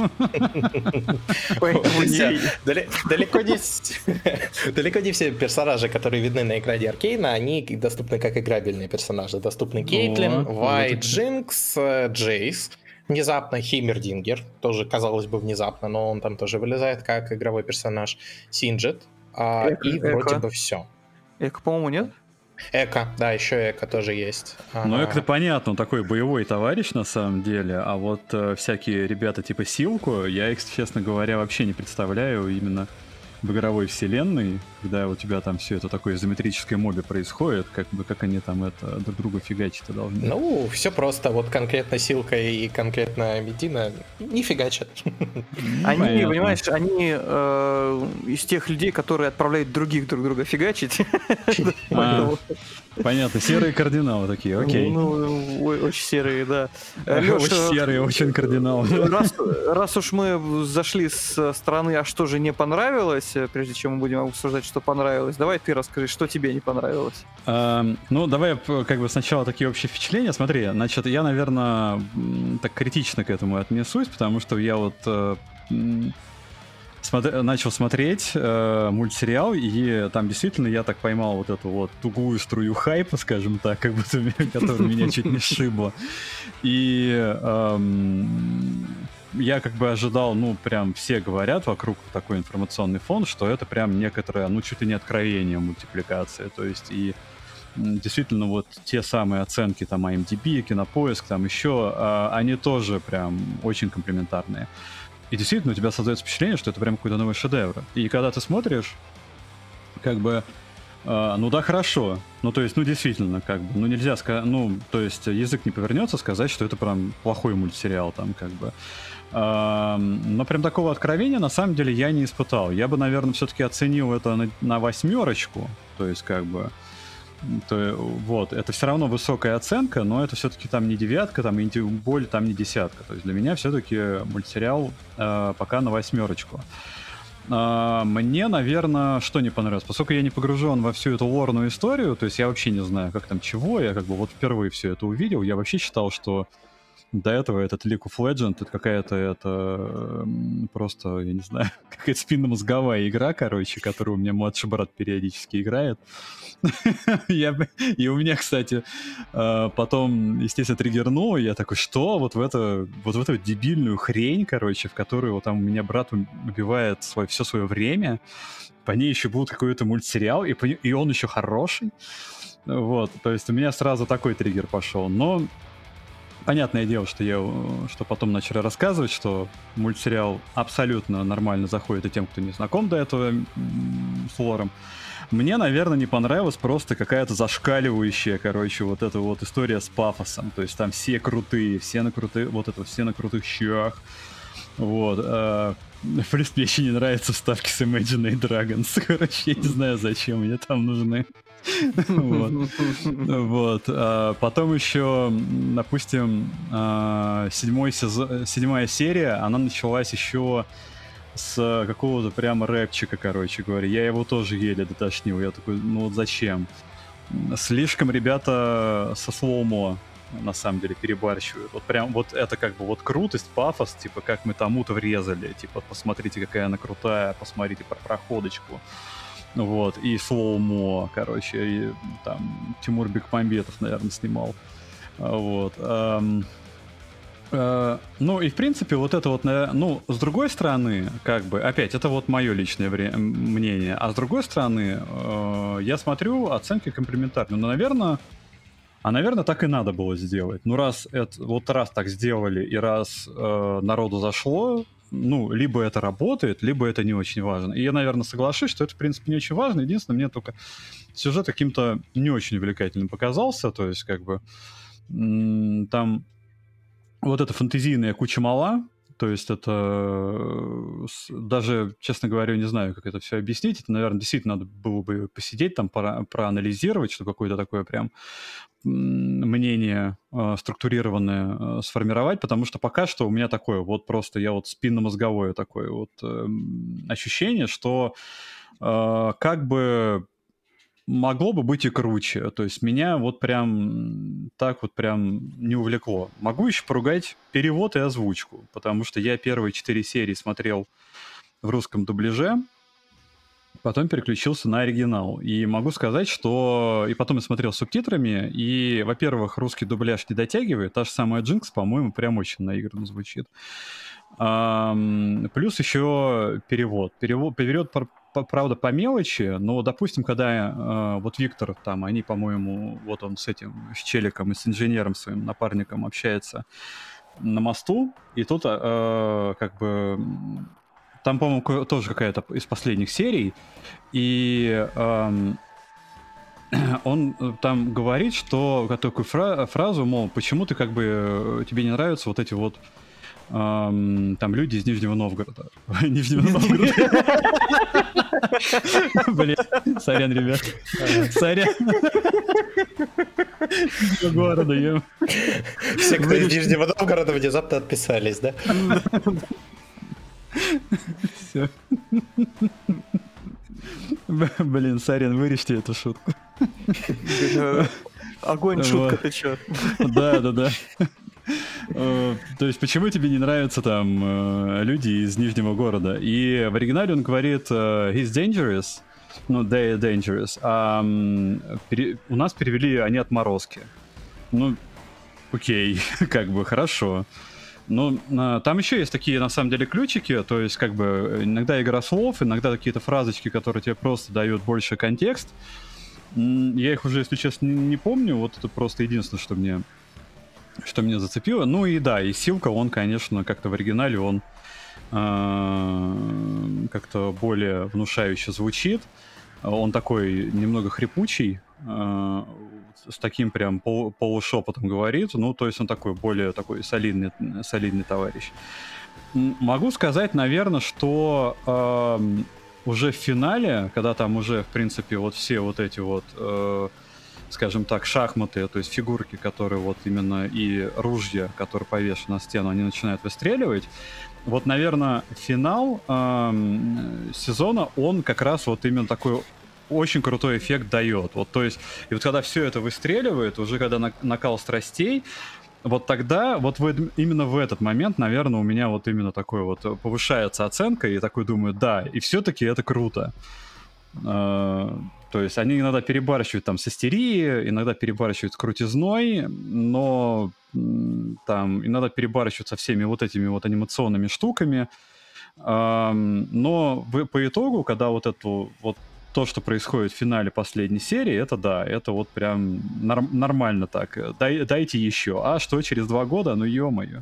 Далеко не далеко не все персонажи, которые видны на экране Аркейна, они доступны как играбельные персонажи. Доступны Кейтлин, Вай, Джинкс, Джейс. Внезапно Хеймердингер, тоже, казалось бы, внезапно, но он там тоже вылезает как игровой персонаж. Синджет, и вроде бы все. Эко, по-моему, нет? Эко, да, еще Эко тоже есть. Ну, Эко понятно, он такой боевой товарищ на самом деле, а вот э, всякие ребята типа Силку, я их, честно говоря, вообще не представляю именно в игровой вселенной, когда у тебя там все это такое изометрическое моби происходит, как бы как они там это друг друга фигачить-то должны. Ну, все просто, вот конкретно Силка и конкретно Медина не фигачат. Они, понятно. Понимаешь, они э, из тех людей, которые отправляют других друг друга фигачить. А, понятно, серые кардиналы такие, окей. Ну, очень серые, да. Очень серые, очень кардиналы. Раз уж мы зашли с стороны, а что же не понравилось, прежде чем мы будем обсуждать, что понравилось, давай ты расскажи, что тебе не понравилось. А, ну, давай как бы сначала такие общие впечатления. Смотри, значит, я, наверное, так критично к этому отнесусь, потому что я вот смотр- начал смотреть э, мультсериал, и там действительно я так поймал вот эту вот тугую струю хайпа, скажем так, как будто которая меня чуть не сшибла. И эм, я как бы ожидал, ну, прям все говорят вокруг такой информационный фон, что это прям некоторое, ну, чуть ли не откровение мультипликации. То есть и действительно вот те самые оценки там ай эм ди би, Кинопоиск, там еще, э, они тоже прям очень комплиментарные. И действительно у тебя создается впечатление, что это прям какой-то новый шедевр. И когда ты смотришь, как бы, э, ну да, хорошо. Ну, то есть, ну, действительно, как бы, ну, нельзя сказать, ну, то есть, язык не повернется сказать, что это прям плохой мультсериал, там, как бы. Э, но прям такого откровения, на самом деле, я не испытал. Я бы, наверное, все-таки оценил это на, на восьмерочку, то есть, как бы, то, вот, это все равно высокая оценка, но это все-таки там не девятка, там и тем более там не десятка. То есть для меня все-таки мультсериал э, пока на восьмерочку. Э, мне, наверное, что не понравилось, поскольку я не погружен во всю эту лорную историю, то есть я вообще не знаю, как там чего, я как бы вот впервые все это увидел, я вообще считал, что до этого этот League of Legends это какая-то это просто, я не знаю, какая-то спинномозговая игра, короче, которую у меня младший брат периодически играет. я, и у меня, кстати, потом, естественно, триггернуло, и я такой, что? Вот в, это, вот в эту дебильную хрень, короче, в которую вот, там у меня брат убивает свое, все свое время, по ней еще будет какой-то мультсериал, и, по, и он еще хороший. Вот, то есть у меня сразу такой триггер пошел. Но понятное дело, что я что потом начали рассказывать, что мультсериал абсолютно нормально заходит и тем, кто не знаком до этого с лором. Мне, наверное, не понравилась просто какая-то зашкаливающая, короче, вот эта вот история с пафосом. То есть там все крутые, все на крутых, вот это все на крутых щах. Вот. В принципе, мне еще не нравятся вставки с Imagine Dragons. Короче, я не знаю, зачем мне там нужны. Вот. Вот. А потом еще, допустим, седьмой сезон, седьмая серия, она началась еще с какого-то прямо рэпчика, короче говоря. Я его тоже еле дотошнил. Я такой, ну вот зачем? Слишком ребята со слоумо на самом деле перебарщивают. Вот прям вот это как бы вот крутость, пафос, типа как мы тому-то врезали. Типа посмотрите, какая она крутая, посмотрите про проходочку. Вот, и слоумо, короче, и там Тимур Бекмамбетов, наверное, снимал. Вот. Эм, э, ну, и, в принципе, вот это вот, ну, с другой стороны, как бы, опять, это вот мое личное вре- мнение, а с другой стороны, э, я смотрю, оценки комплиментарные. Но, наверное, А, наверное, так и надо было сделать. Ну, раз это, вот раз так сделали, и раз э, народу зашло, ну, либо это работает, либо это не очень важно. И я, наверное, соглашусь, что это, в принципе, не очень важно. Единственное, мне только сюжет каким-то не очень увлекательным показался. То есть, как бы, м- там вот эта фэнтезийная куча мала, то есть это э, с- даже, честно говоря, не знаю, как это все объяснить. Это, наверное, действительно надо было бы посидеть там, пора- проанализировать, что какое-то такое прям м, мнение э, структурированное э, сформировать, потому что пока что у меня такое вот просто, я вот спинномозговое такое вот эм, ощущение, что э, как бы могло бы быть и круче. То есть меня вот прям так вот прям не увлекло. Могу еще поругать перевод и озвучку, потому что я первые четыре серии смотрел в русском дубляже, потом переключился на оригинал. И могу сказать, что... И потом я смотрел с субтитрами, и, во-первых, русский дубляж не дотягивает. Та же самая Джинкс, по-моему, прям очень наигранно звучит. Ам, плюс еще перевод. Перевод, перевод пр- п- правда, по мелочи, но, допустим, когда э, вот Виктор там, они, по-моему, вот он с этим, с челиком и с инженером своим напарником общается на мосту, и тут э, как бы... м, там, по-моему, ко- тоже какая-то из последних серий, и эм, он э, там говорит, что такую фра- фразу, мол, почему ты как бы э, тебе не нравятся вот эти вот эм, там люди из Нижнего Новгорода. Нижнего Новгорода. Блин, сорян, ребят. Сорян. Нижнего города, ё. Все, кто из Нижнего Новгорода, внезапно отписались, да? Все. Блин, сорян, вырежьте эту шутку. Огонь, шутка, ты чё? Да, да, да. Э, То есть, почему тебе не нравятся там э, люди из Нижнего города? И в оригинале он говорит э, he's dangerous, ну, they are dangerous, а м, пере- у нас перевели они отморозки. Ну, окей, как бы, хорошо. Ну, а, там еще есть такие, на самом деле, ключики, то есть, как бы, иногда игра слов, иногда какие-то фразочки, которые тебе просто дают больше контекст. М, Я их уже, если честно, не не помню, вот это просто единственное, что мне что меня зацепило. Ну и да, и Силка, он, конечно, как-то в оригинале, он э, как-то более внушающе звучит. Он такой немного хрипучий, э, с таким прям пол- полушепотом говорит. Ну, то есть он такой более такой солидный, солидный товарищ. М, Могу сказать, наверное, что эм, уже в финале, когда там уже, в принципе, вот все вот эти вот... э, скажем так, шахматы, то есть фигурки, которые вот именно и ружья, которые повешены на стену, они начинают выстреливать. Вот, наверное, финал эм, сезона, он как раз вот именно такой очень крутой эффект дает. Вот, то есть, и вот когда все это выстреливает, уже когда на- накал страстей, вот тогда, вот в, эд- именно в этот момент, наверное, у меня вот именно такой вот э, повышается оценка, и такой думаю, да, и все-таки это круто. Э, То есть они иногда перебарщивают там с истерией, иногда перебарщивают с крутизной, но м, там иногда перебарщивают со всеми вот этими вот анимационными штуками. Ам, Но в- по итогу, когда вот эту вот то, что происходит в финале последней серии, это да, это вот прям норм- нормально так. Дай- дайте еще. А что через два года? Ну ё-моё.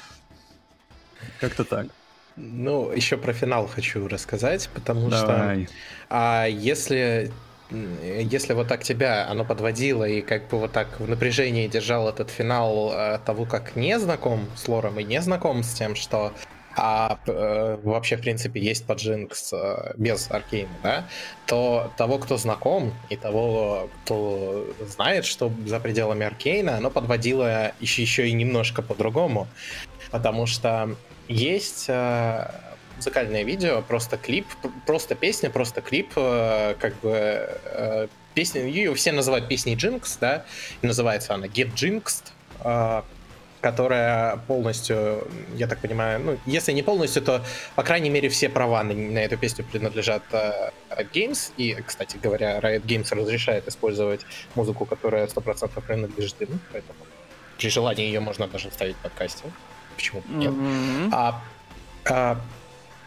Как-то так. Ну, еще про финал хочу рассказать, потому что Давай. а если, м, если вот так тебя оно подводило и как бы вот так в напряжении держал этот финал э, того, как не знаком с лором и не знаком с тем, что а, э, вообще, в принципе, есть под Джинкс э, без Аркейна, да, то того, кто знаком, и того, кто знает, что за пределами Аркейна, оно подводило еще, еще и немножко по-другому, потому что есть э, музыкальное видео, просто клип, п- просто песня, просто клип, э, как бы э, песня, ее все называют песней Jinx, да, и называется она Get Jinxed, э, которая полностью, я так понимаю, ну, если не полностью, то, по крайней мере, все права на, на эту песню принадлежат э, Riot Games, и, кстати говоря, Riot Games разрешает использовать музыку, которая сто процентов принадлежит им, поэтому при желании ее можно даже вставить в подкасте. Почему бы нет? Мгм. А, а,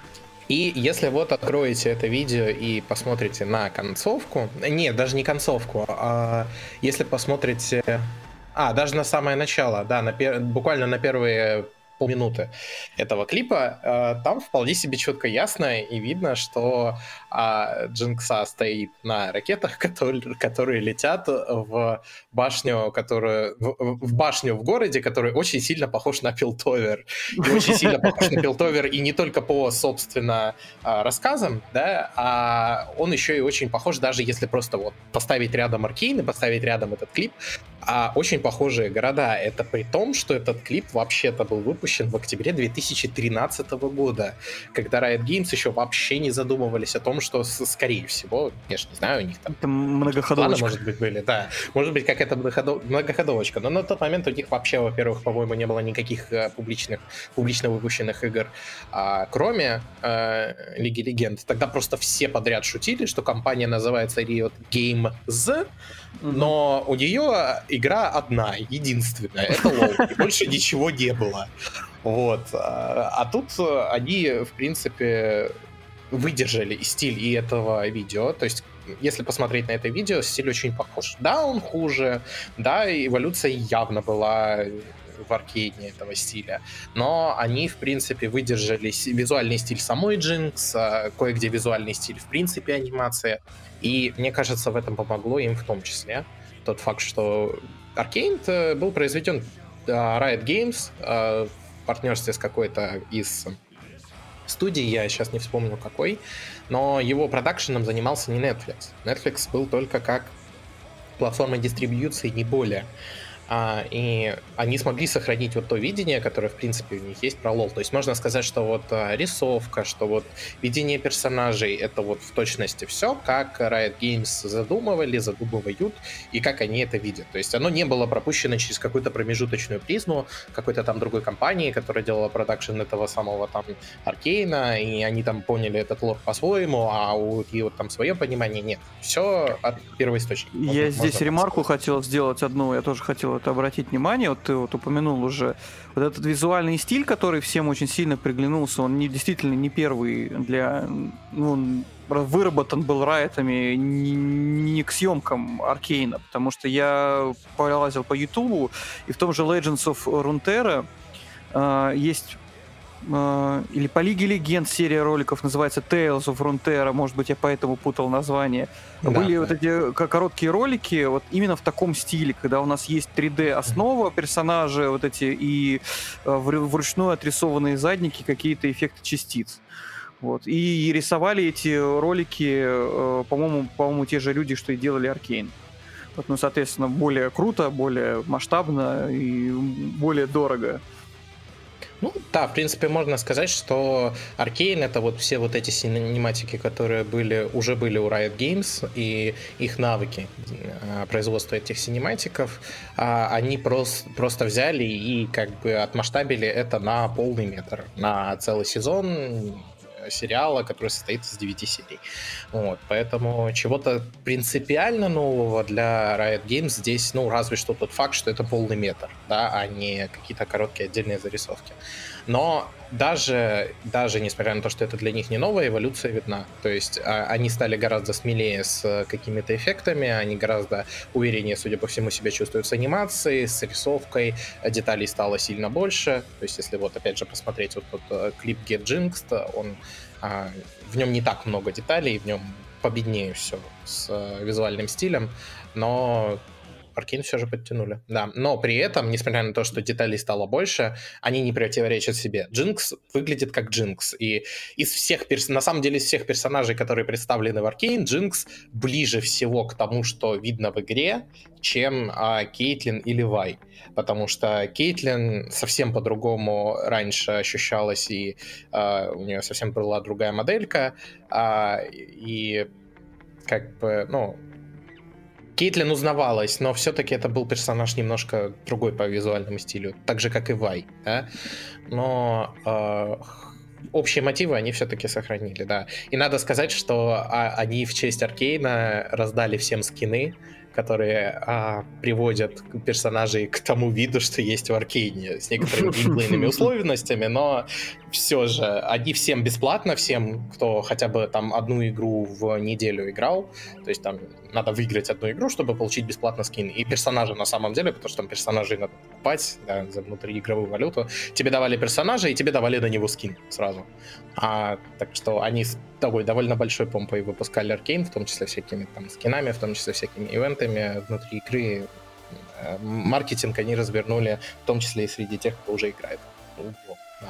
И если вот откроете это видео и посмотрите на концовку, нет, даже не концовку, а если посмотрите, а, даже на самое начало, да, на пер... буквально на первые полминуты этого клипа, э, там вполне себе четко ясно и видно, что э, Джинкса стоит на ракетах, которые, которые летят в башню, которую, в, в башню в городе, который очень сильно похож на Пилтовер. И очень сильно похож на Пилтовер, и не только по, собственно, э, рассказам, да, а он еще и очень похож, даже если просто вот поставить рядом Аркейн и поставить рядом этот клип, а очень похожие города. Это при том, что этот клип вообще-то был выпущен в октябре две тысячи тринадцатого года, когда Riot Games еще вообще не задумывались о том, что, скорее всего, я же не знаю, у них там... Это многоходовочка. Может быть, были, да. Может быть, какая-то многоходовочка. Но на тот момент у них вообще, во-первых, по-моему, не было никаких публичных, публично выпущенных игр, а, кроме э, Лиги Легенд. Тогда просто все подряд шутили, что компания называется Riot Games, но у нее игра одна, единственная, это лол, и больше ничего не было. Вот. А тут они, в принципе, выдержали стиль и этого видео, то есть если посмотреть на это видео, стиль очень похож. Да, он хуже, да, эволюция явно была в Аркейне этого стиля, но они, в принципе, выдержали визуальный стиль самой Джинкс, кое-где визуальный стиль, в принципе, анимация, и мне кажется, в этом помогло им в том числе тот факт, что Аркейн был произведен Riot Games в партнерстве с какой-то из студий, я сейчас не вспомню какой, но его продакшеном занимался не Netflix. Netflix был только как платформа дистрибьюции, не более. А, и они смогли сохранить вот то видение, которое, в принципе, у них есть про лол. То есть можно сказать, что вот а, рисовка, что вот видение персонажей, это вот в точности все, как Riot Games задумывали, задумывают, и как они это видят. То есть оно не было пропущено через какую-то промежуточную призму какой-то там другой компании, которая делала продакшн этого самого там Аркейна, и они там поняли этот лор по-своему, а у них вот там свое понимание. Нет, все от первоисточника. Я можно, здесь можно ремарку сказать. Хотел сделать одну, я тоже хотел это обратить внимание, вот ты вот упомянул уже вот этот визуальный стиль, который всем очень сильно приглянулся, он не, действительно не первый для, ну, он выработан был Райтами не, не к съемкам Аркейна, потому что я полазил по Ютубу, и в том же Legends of Runeterra э, есть или по Лиге Легенд серия роликов называется Tales of Runeterra, может быть, я поэтому путал название. Да, Были да. вот эти короткие ролики вот именно в таком стиле, когда у нас есть три дэ основа персонажа, вот эти и вручную отрисованные задники, какие-то эффекты частиц. Вот. И рисовали эти ролики, по-моему, по-моему, те же люди, что и делали Аркейн. Вот, ну, соответственно, более круто, более масштабно и более дорого. Ну, да, в принципе, можно сказать, что Аркейн — это вот все вот эти синематики, которые были, уже были у Riot Games, и их навыки производства этих синематиков, они просто, просто взяли и как бы отмасштабили это на полный метр, на целый сезон сериала, который состоит из девяти серий. Вот, поэтому чего-то принципиально нового для Riot Games здесь, ну, разве что тот факт, что это полный метр, да, а не какие-то короткие отдельные зарисовки. Но даже, даже несмотря на то, что это для них не новая, эволюция видна. То есть а, они стали гораздо смелее с какими-то эффектами, они гораздо увереннее, судя по всему, себя чувствуют с анимацией, с рисовкой, деталей стало сильно больше. То есть если вот опять же посмотреть вот тот клип Get Jinxed, он, а, в нем не так много деталей, в нем победнее все с а, визуальным стилем, но Аркейн все же подтянули, да. Но при этом, несмотря на то, что деталей стало больше, они не противоречат себе. Джинкс выглядит как Джинкс. И из всех, перс... на самом деле, из всех персонажей, которые представлены в Аркейн, Джинкс ближе всего к тому, что видно в игре, чем а, Кейтлин или Вай. Потому что Кейтлин совсем по-другому раньше ощущалась, и а, у нее совсем была другая моделька. А, и как бы, ну... Кейтлин узнавалась, но все-таки это был персонаж немножко другой по визуальному стилю, так же, как и Вай, да? Но э, общие мотивы они все-таки сохранили, да. И надо сказать, что а, они в честь Аркейна раздали всем скины, которые а, приводят персонажей к тому виду, что есть в Аркейне, с некоторыми геймплейными условностями, но все же они всем бесплатно, всем, кто хотя бы там одну игру в неделю играл, то есть там надо выиграть одну игру, чтобы получить бесплатно скин. И персонажи на самом деле, потому что там персонажей надо покупать, да, за внутриигровую валюту, тебе давали персонажа, и тебе давали на него скин сразу. А, так что они с такой довольно большой помпой выпускали Аркейн, в том числе всякими там скинами, в том числе всякими ивентами внутри игры. Маркетинг они развернули, в том числе и среди тех, кто уже играет. Ну, да.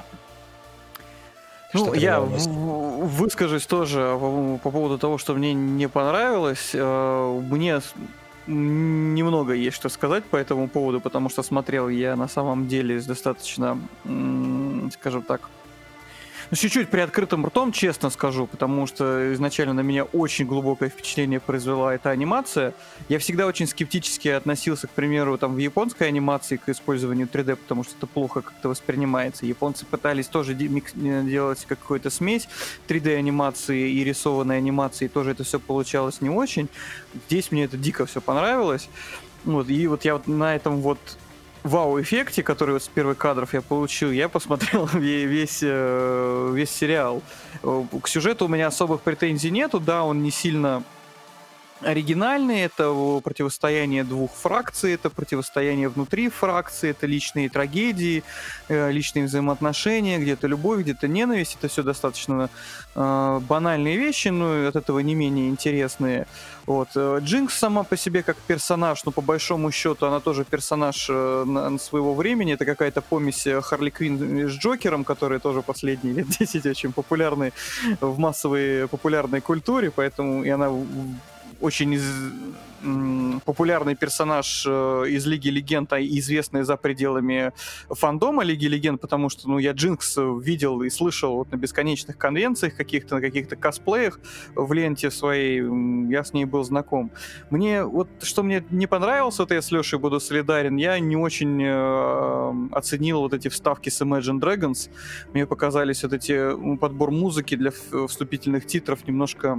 Ну, я в- выскажусь тоже по, по поводу того, что мне не понравилось. Э, Мне с- немного есть что сказать по этому поводу, потому что смотрел я на самом деле с достаточно, м, скажем так, ну, чуть-чуть приоткрытым ртом, честно скажу, потому что изначально на меня очень глубокое впечатление произвела эта анимация. Я всегда очень скептически относился, к примеру, там в японской анимации к использованию три дэ, потому что это плохо как-то воспринимается. Японцы пытались тоже де- микс- э, делать какую-то смесь три дэ-анимации и рисованной анимации, тоже это все получалось не очень. Здесь мне это дико все понравилось. Вот, и вот я вот на этом вот вау-эффекте, который вот с первых кадров я получил, я посмотрел ве- весь, э, весь сериал. Э, К сюжету у меня особых претензий нету, да, он не сильно оригинальный, это о, противостояние двух фракций, это противостояние внутри фракции, это личные трагедии, э, личные взаимоотношения, где-то любовь, где-то ненависть, это все достаточно э, банальные вещи, но и от этого не менее интересные. Вот. э, Джинкс сама по себе как персонаж, ну, по большому счету, она тоже персонаж э, на- на своего времени, это какая-то помесь э, Харли Квинн с Джокером, который тоже последние лет десять очень популярный в массовой популярной культуре, поэтому и она в- очень из- м, популярный персонаж э, из Лиги Легенд, а известный за пределами фандома Лиги Легенд, потому что, ну, я Джинкс видел и слышал вот на бесконечных конвенциях каких-то, на каких-то косплеях в ленте своей, м, я с ней был знаком. Мне вот, что мне не понравилось, это я с Лешей буду солидарен, я не очень э, оценил вот эти вставки с Imagine Dragons, мне показались вот эти м, подбор музыки для в- вступительных титров немножко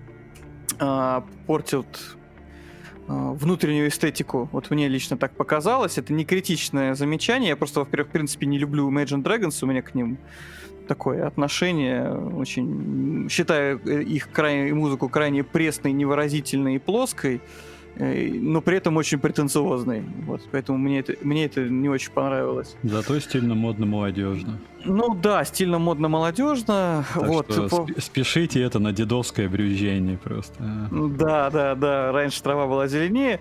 а, портит а, внутреннюю эстетику. Вот мне лично так показалось. Это не критичное замечание. Я просто, во-первых, в принципе, не люблю Imagine Dragons. У меня к ним такое отношение. Очень считаю э, их крайне, музыку крайне пресной, невыразительной и плоской, э, но при этом очень претенциозной. Вот, поэтому мне это, мне это не очень понравилось. Зато стильно, модно, молодежно. Ну да, стильно, модно, молодежно. Так Вот, что по- спи- спешите это на дедовское брюзжение просто. а. Да, да, да. Раньше трава была зеленее.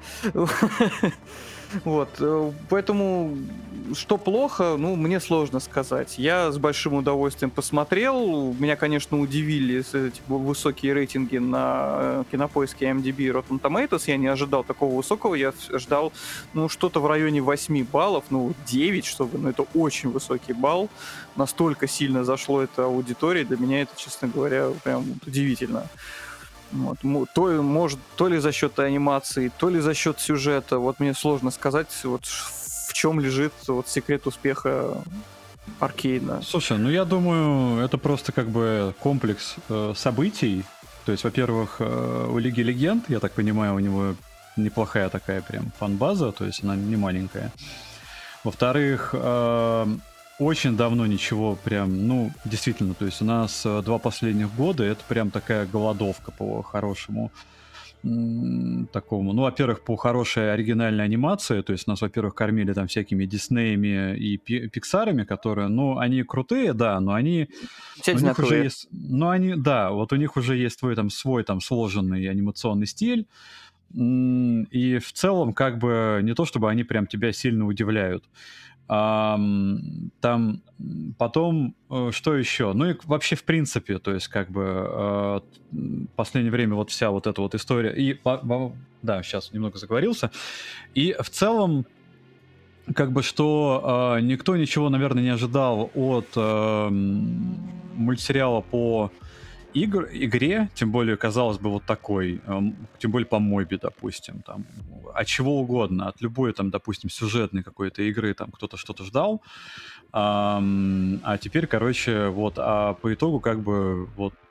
Вот. э, Поэтому, что плохо, ну, мне сложно сказать. Я с большим удовольствием посмотрел. Меня, конечно, удивили с- эти высокие рейтинги на э, Кинопоиске, IMDb и Rotten Tomatoes. Я не ожидал такого высокого. Я с- ждал, ну, что-то в районе восемь баллов. Ну, девять, чтобы... Ну, это очень высокий балл. Настолько сильно зашло это аудитории. Для меня это, честно говоря, прям вот удивительно. Вот. Мо- То, ли- может, то ли за счет анимации, то ли за счет сюжета. Вот мне сложно сказать, вот ш- в чем лежит вот секрет успеха Аркейна. Слушай, ну я думаю, это просто как бы комплекс э, событий. То есть, во-первых, э, у Лиги Легенд, я так понимаю, у него неплохая такая прям фан-база, то есть она не маленькая. Во-вторых, э, очень давно ничего прям, ну, действительно, то есть у нас э, два последних года, это прям такая голодовка по хорошему м, такому. Ну, во-первых, по хорошей оригинальной анимации, то есть нас, во-первых, кормили там всякими Диснеями и Пи- Пиксарами, которые, ну, они крутые, да, но они, Все у них уже одинаковые. есть, ну, они, да, вот у них уже есть свой там, свой там сложенный анимационный стиль, м, и в целом, как бы, не то чтобы они прям тебя сильно удивляют. Ам, там м, потом, э, что еще? Ну и к- вообще, в принципе, то есть, как бы, э, т- м, в последнее время вот вся вот эта вот история, и, во- во- да, сейчас немного заговорился, и в целом, как бы, что э, никто ничего, наверное, не ожидал от э, м, мультсериала по игр, игре, тем более, казалось бы, вот такой, эм, тем более по Моби, допустим, там, от чего угодно, от любой, там, допустим, сюжетной какой-то игры, там, кто-то что-то ждал, Ам, а теперь, короче, вот, а по итогу, как бы, вот,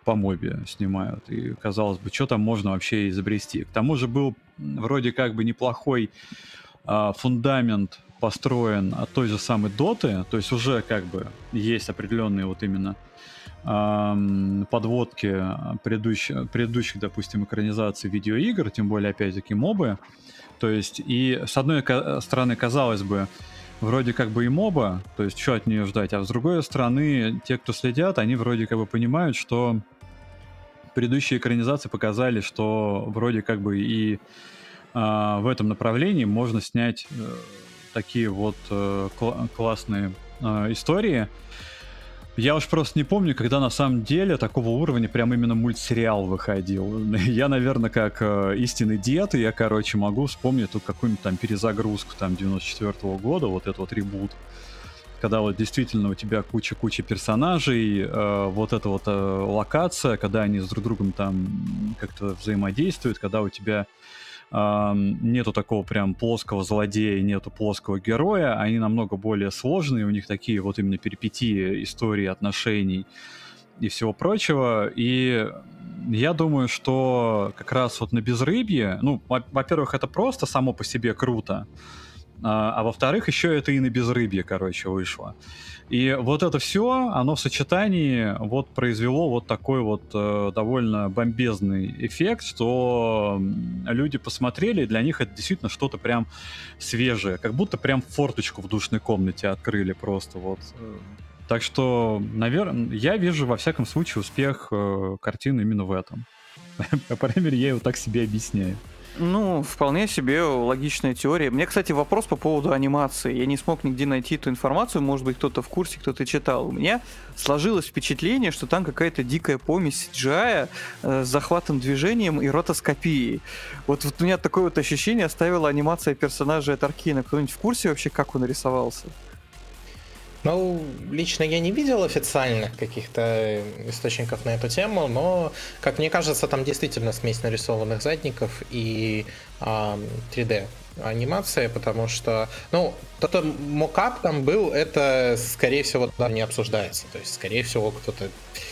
по мобе снимают. И, казалось бы, что там можно вообще изобрести? К тому же был вроде как бы неплохой а, фундамент построен от той же самой Доты, то есть уже как бы есть определенные вот именно ам, подводки предыдущих, предыдущих, допустим, экранизаций видеоигр, тем более, опять-таки, мобы. То есть, и с одной ка- стороны, казалось бы, вроде как бы и моба, то есть, что от нее ждать, а с другой стороны, те, кто следят, они вроде как бы понимают, что предыдущие экранизации показали, что вроде как бы и а, в этом направлении можно снять э, такие вот э, кла- классные э, истории. Я уж просто не помню, когда на самом деле такого уровня прям именно мультсериал выходил. Я, наверное, как э, истинный дед, я, короче, могу вспомнить тут какую-нибудь там перезагрузку там девяносто четвёртого года, вот этот вот ребут, когда вот действительно у тебя куча-куча персонажей, э, вот эта вот э, локация, когда они с друг другом там как-то взаимодействуют, когда у тебя э, нету такого прям плоского злодея, нету плоского героя, они намного более сложные, у них такие вот именно перипетии истории, отношений и всего прочего. И я думаю, что как раз вот на безрыбье, ну, во- во-первых, это просто само по себе круто, а, а во-вторых, еще это и на безрыбье, короче, вышло. И вот это все, оно в сочетании вот произвело вот такой вот э, довольно бомбезный эффект, что м, люди посмотрели, и для них это действительно что-то прям свежее, как будто прям форточку в душной комнате открыли просто вот. Э, Так что, наверное, я вижу во всяком случае успех э, картины именно в этом. По крайней мере, я его так себе объясняю. Ну, вполне себе логичная теория. Мне, кстати, вопрос по поводу анимации. Я не смог нигде найти эту информацию, может быть, кто-то в курсе, кто-то читал. У меня сложилось впечатление, что там какая-то дикая помесь си джи ай э, с захватом движением и ротоскопией. Вот, вот у меня такое вот ощущение оставила анимация персонажа от Аркейна. Кто-нибудь в курсе вообще, как он рисовался? Ну, лично я не видел официальных каких-то источников на эту тему, но, как мне кажется, там действительно смесь нарисованных задников и а, три дэ анимация, потому что, ну, тот мокап там был, это, скорее всего, там не обсуждается. То есть, скорее всего, кто-то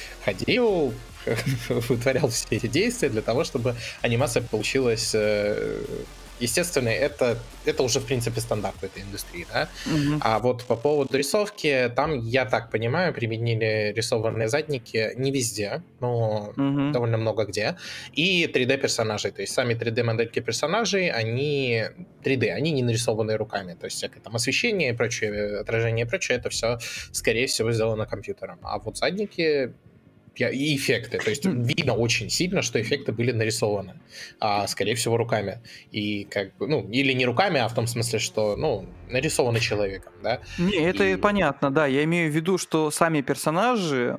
ходил, вытворял все эти действия для того, чтобы анимация получилась... Естественно, это, это уже, в принципе, стандарт в этой индустрии, да? Mm-hmm. А вот по поводу рисовки, там, я так понимаю, применили рисованные задники не везде, но mm-hmm. довольно много где. И три дэ-персонажей, то есть сами три дэ-модельки персонажей, они три дэ, они не нарисованные руками. То есть всякое там освещение и прочее, отражение и прочее, это все, скорее всего, сделано компьютером. А вот задники... и эффекты. То есть видно очень сильно, что эффекты были нарисованы, а, скорее всего, руками. И как бы, ну, или не руками, а в том смысле, что, ну, нарисованы человеком, да. Не, это и... понятно, да. Я имею в виду, что сами персонажи,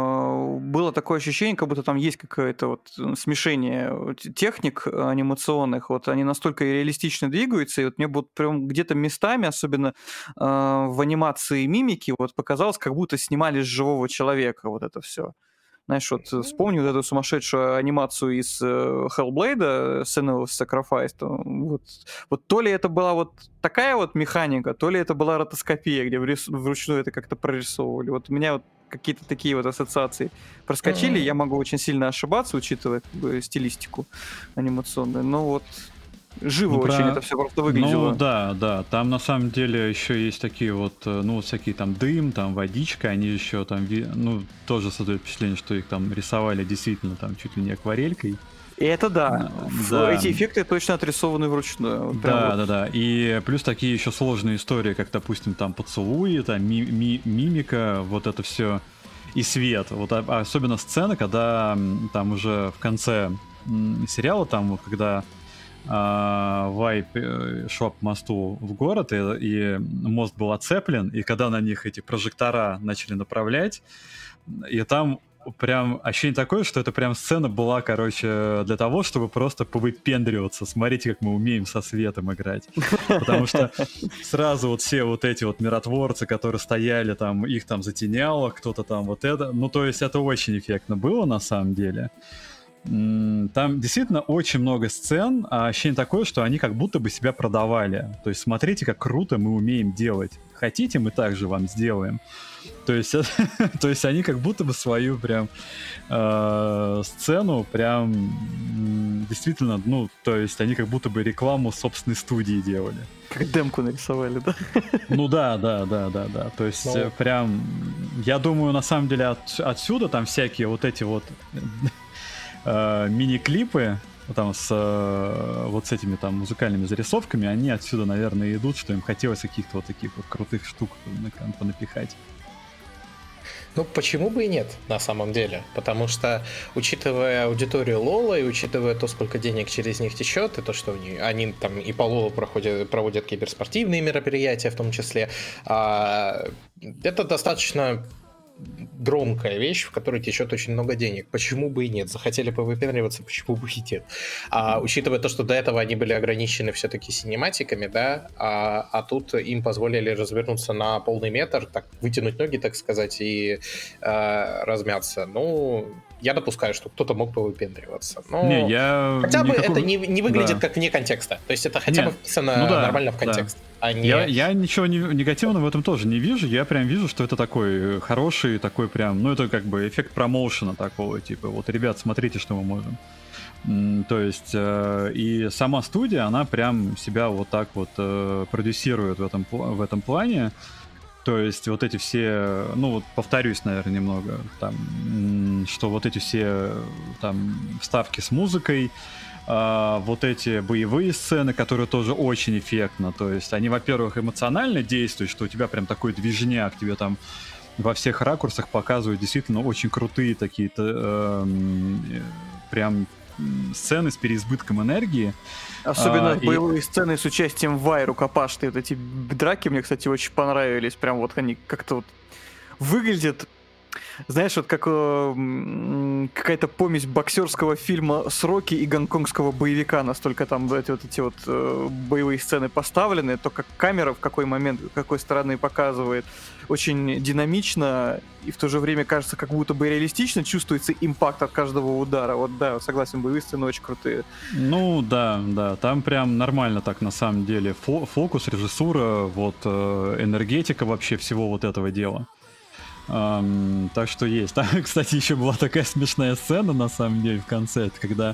э, было такое ощущение, как будто там есть какое-то вот смешение техник анимационных, вот они настолько реалистично двигаются, и вот мне вот прям где-то местами, особенно э, в анимации мимики, вот показалось, как будто снимали с живого человека вот это все. Знаешь, вот вспомни вот эту сумасшедшую анимацию из э, Hellblade, Senua Sacrifice, то, вот, вот то ли это была вот такая вот механика, то ли это была ротоскопия, где врис- вручную это как-то прорисовывали. Вот у меня вот какие-то такие вот ассоциации проскочили, mm-hmm. я могу очень сильно ошибаться, учитывая как бы, стилистику анимационную, но вот... Живо ну, очень про... это все просто выглядело. Ну да, да, там на самом деле еще есть такие вот, ну, всякие там дым, там водичка, они еще там, ну, тоже создают впечатление, что их там рисовали действительно там чуть ли не акварелькой. И это да. да. Эти эффекты точно отрисованы вручную. Да, вот. да, да. И плюс такие еще сложные истории, как, допустим, там поцелуи, там ми- ми- мимика, вот это все. И свет. Вот особенно сцена, когда там уже в конце сериала, там, когда Вайп шла по мосту в город, и, и мост был оцеплен, и когда на них эти прожектора начали направлять, и там прям ощущение такое, что это прям сцена была, короче, для того, чтобы просто повыпендриваться. Смотрите, как мы умеем со светом играть. Потому что сразу вот все вот эти вот миротворцы, которые стояли там, их там затеняло, кто-то там вот это. Ну, то есть это очень эффектно было на самом деле. Там действительно очень много сцен, а ощущение такое, что они как будто бы себя продавали. То есть смотрите, как круто мы умеем делать хотите, мы также вам сделаем. То есть, то есть они как будто бы свою прям э, сцену прям м, действительно, ну, то есть они как будто бы рекламу собственной студии делали. Как демку нарисовали, да? Ну да, да, да, да, да. То есть Ну. прям, я думаю, на самом деле от, отсюда там всякие вот эти вот э, мини-клипы там с э, вот с этими там музыкальными зарисовками, они отсюда, наверное, идут, что им хотелось каких-то вот таких вот крутых штук на- понапихать. Ну, почему бы и нет, на самом деле? Потому что, учитывая аудиторию Лола и учитывая то, сколько денег через них течет, и то, что они, они там и по Лолу проходят, проводят киберспортивные мероприятия в том числе, а, это достаточно громкая вещь, в которой течет очень много денег. Почему бы и нет? Захотели повыпендриваться, почему бы и нет? А, учитывая то, что до этого они были ограничены все-таки синематиками, да, а, а тут им позволили развернуться на полный метр, так вытянуть ноги, так сказать, и а, размяться. Ну, я допускаю, что кто-то мог повыпендриваться. Но Не, я хотя бы никакого- это не, не выглядит да. как вне контекста. То есть это хотя Не, бы вписано ну да, нормально в да. контекст. А не... Я, я ничего не- негативного в этом тоже не вижу. Я прям вижу, что это такой хороший, такой прям, ну это как бы эффект промоушена такого, типа, вот, ребят, смотрите, что мы можем. М, То есть, э, и сама студия, она прям себя вот так вот э, продюсирует в этом, пла- в этом плане. То есть вот эти все, ну вот повторюсь, наверное, немного, там, м, что вот эти все там вставки с музыкой, а, вот эти боевые сцены, которые тоже очень эффектно, то есть они, во-первых, эмоционально действуют, что у тебя прям такой движняк, тебе там во всех ракурсах показывают действительно очень крутые такие-то эм, э, прям м, сцены с переизбытком энергии. Особенно А, и- боевые сцены с участием Вай, рукопашные. Вот эти драки мне, кстати, очень понравились. Прям вот они как-то вот выглядят... Знаешь, вот как э, м, какая-то помесь боксерского фильма с Рокки и гонконгского боевика. Настолько там эти вот эти вот э, боевые сцены поставлены. То, как камера в какой момент, с какой стороны показывает. Очень динамично и в то же время кажется, как будто бы реалистично чувствуется импакт от каждого удара. Вот да, согласен, боевые сцены очень крутые. Ну да, да, там прям нормально так на самом деле. Фо- фокус, режиссура, вот э, энергетика вообще всего вот этого дела. Ам, так что есть. Там, кстати, еще была такая смешная сцена на самом деле в конце, это когда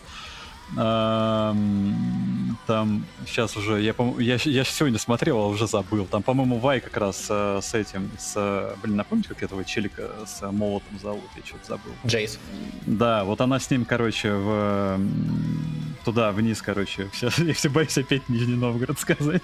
ам, там сейчас уже я, пом- я, щ- я ж сегодня смотрел, а уже забыл. Там, по-моему, Вай как раз э, с этим, с э, блин, напомните, как этого челика с э, молотом зовут, я что-то забыл. Джейс. Да, вот она с ним, короче, в м, туда вниз, короче. Сейчас я все боюсь опять Нижний Новгород сказать.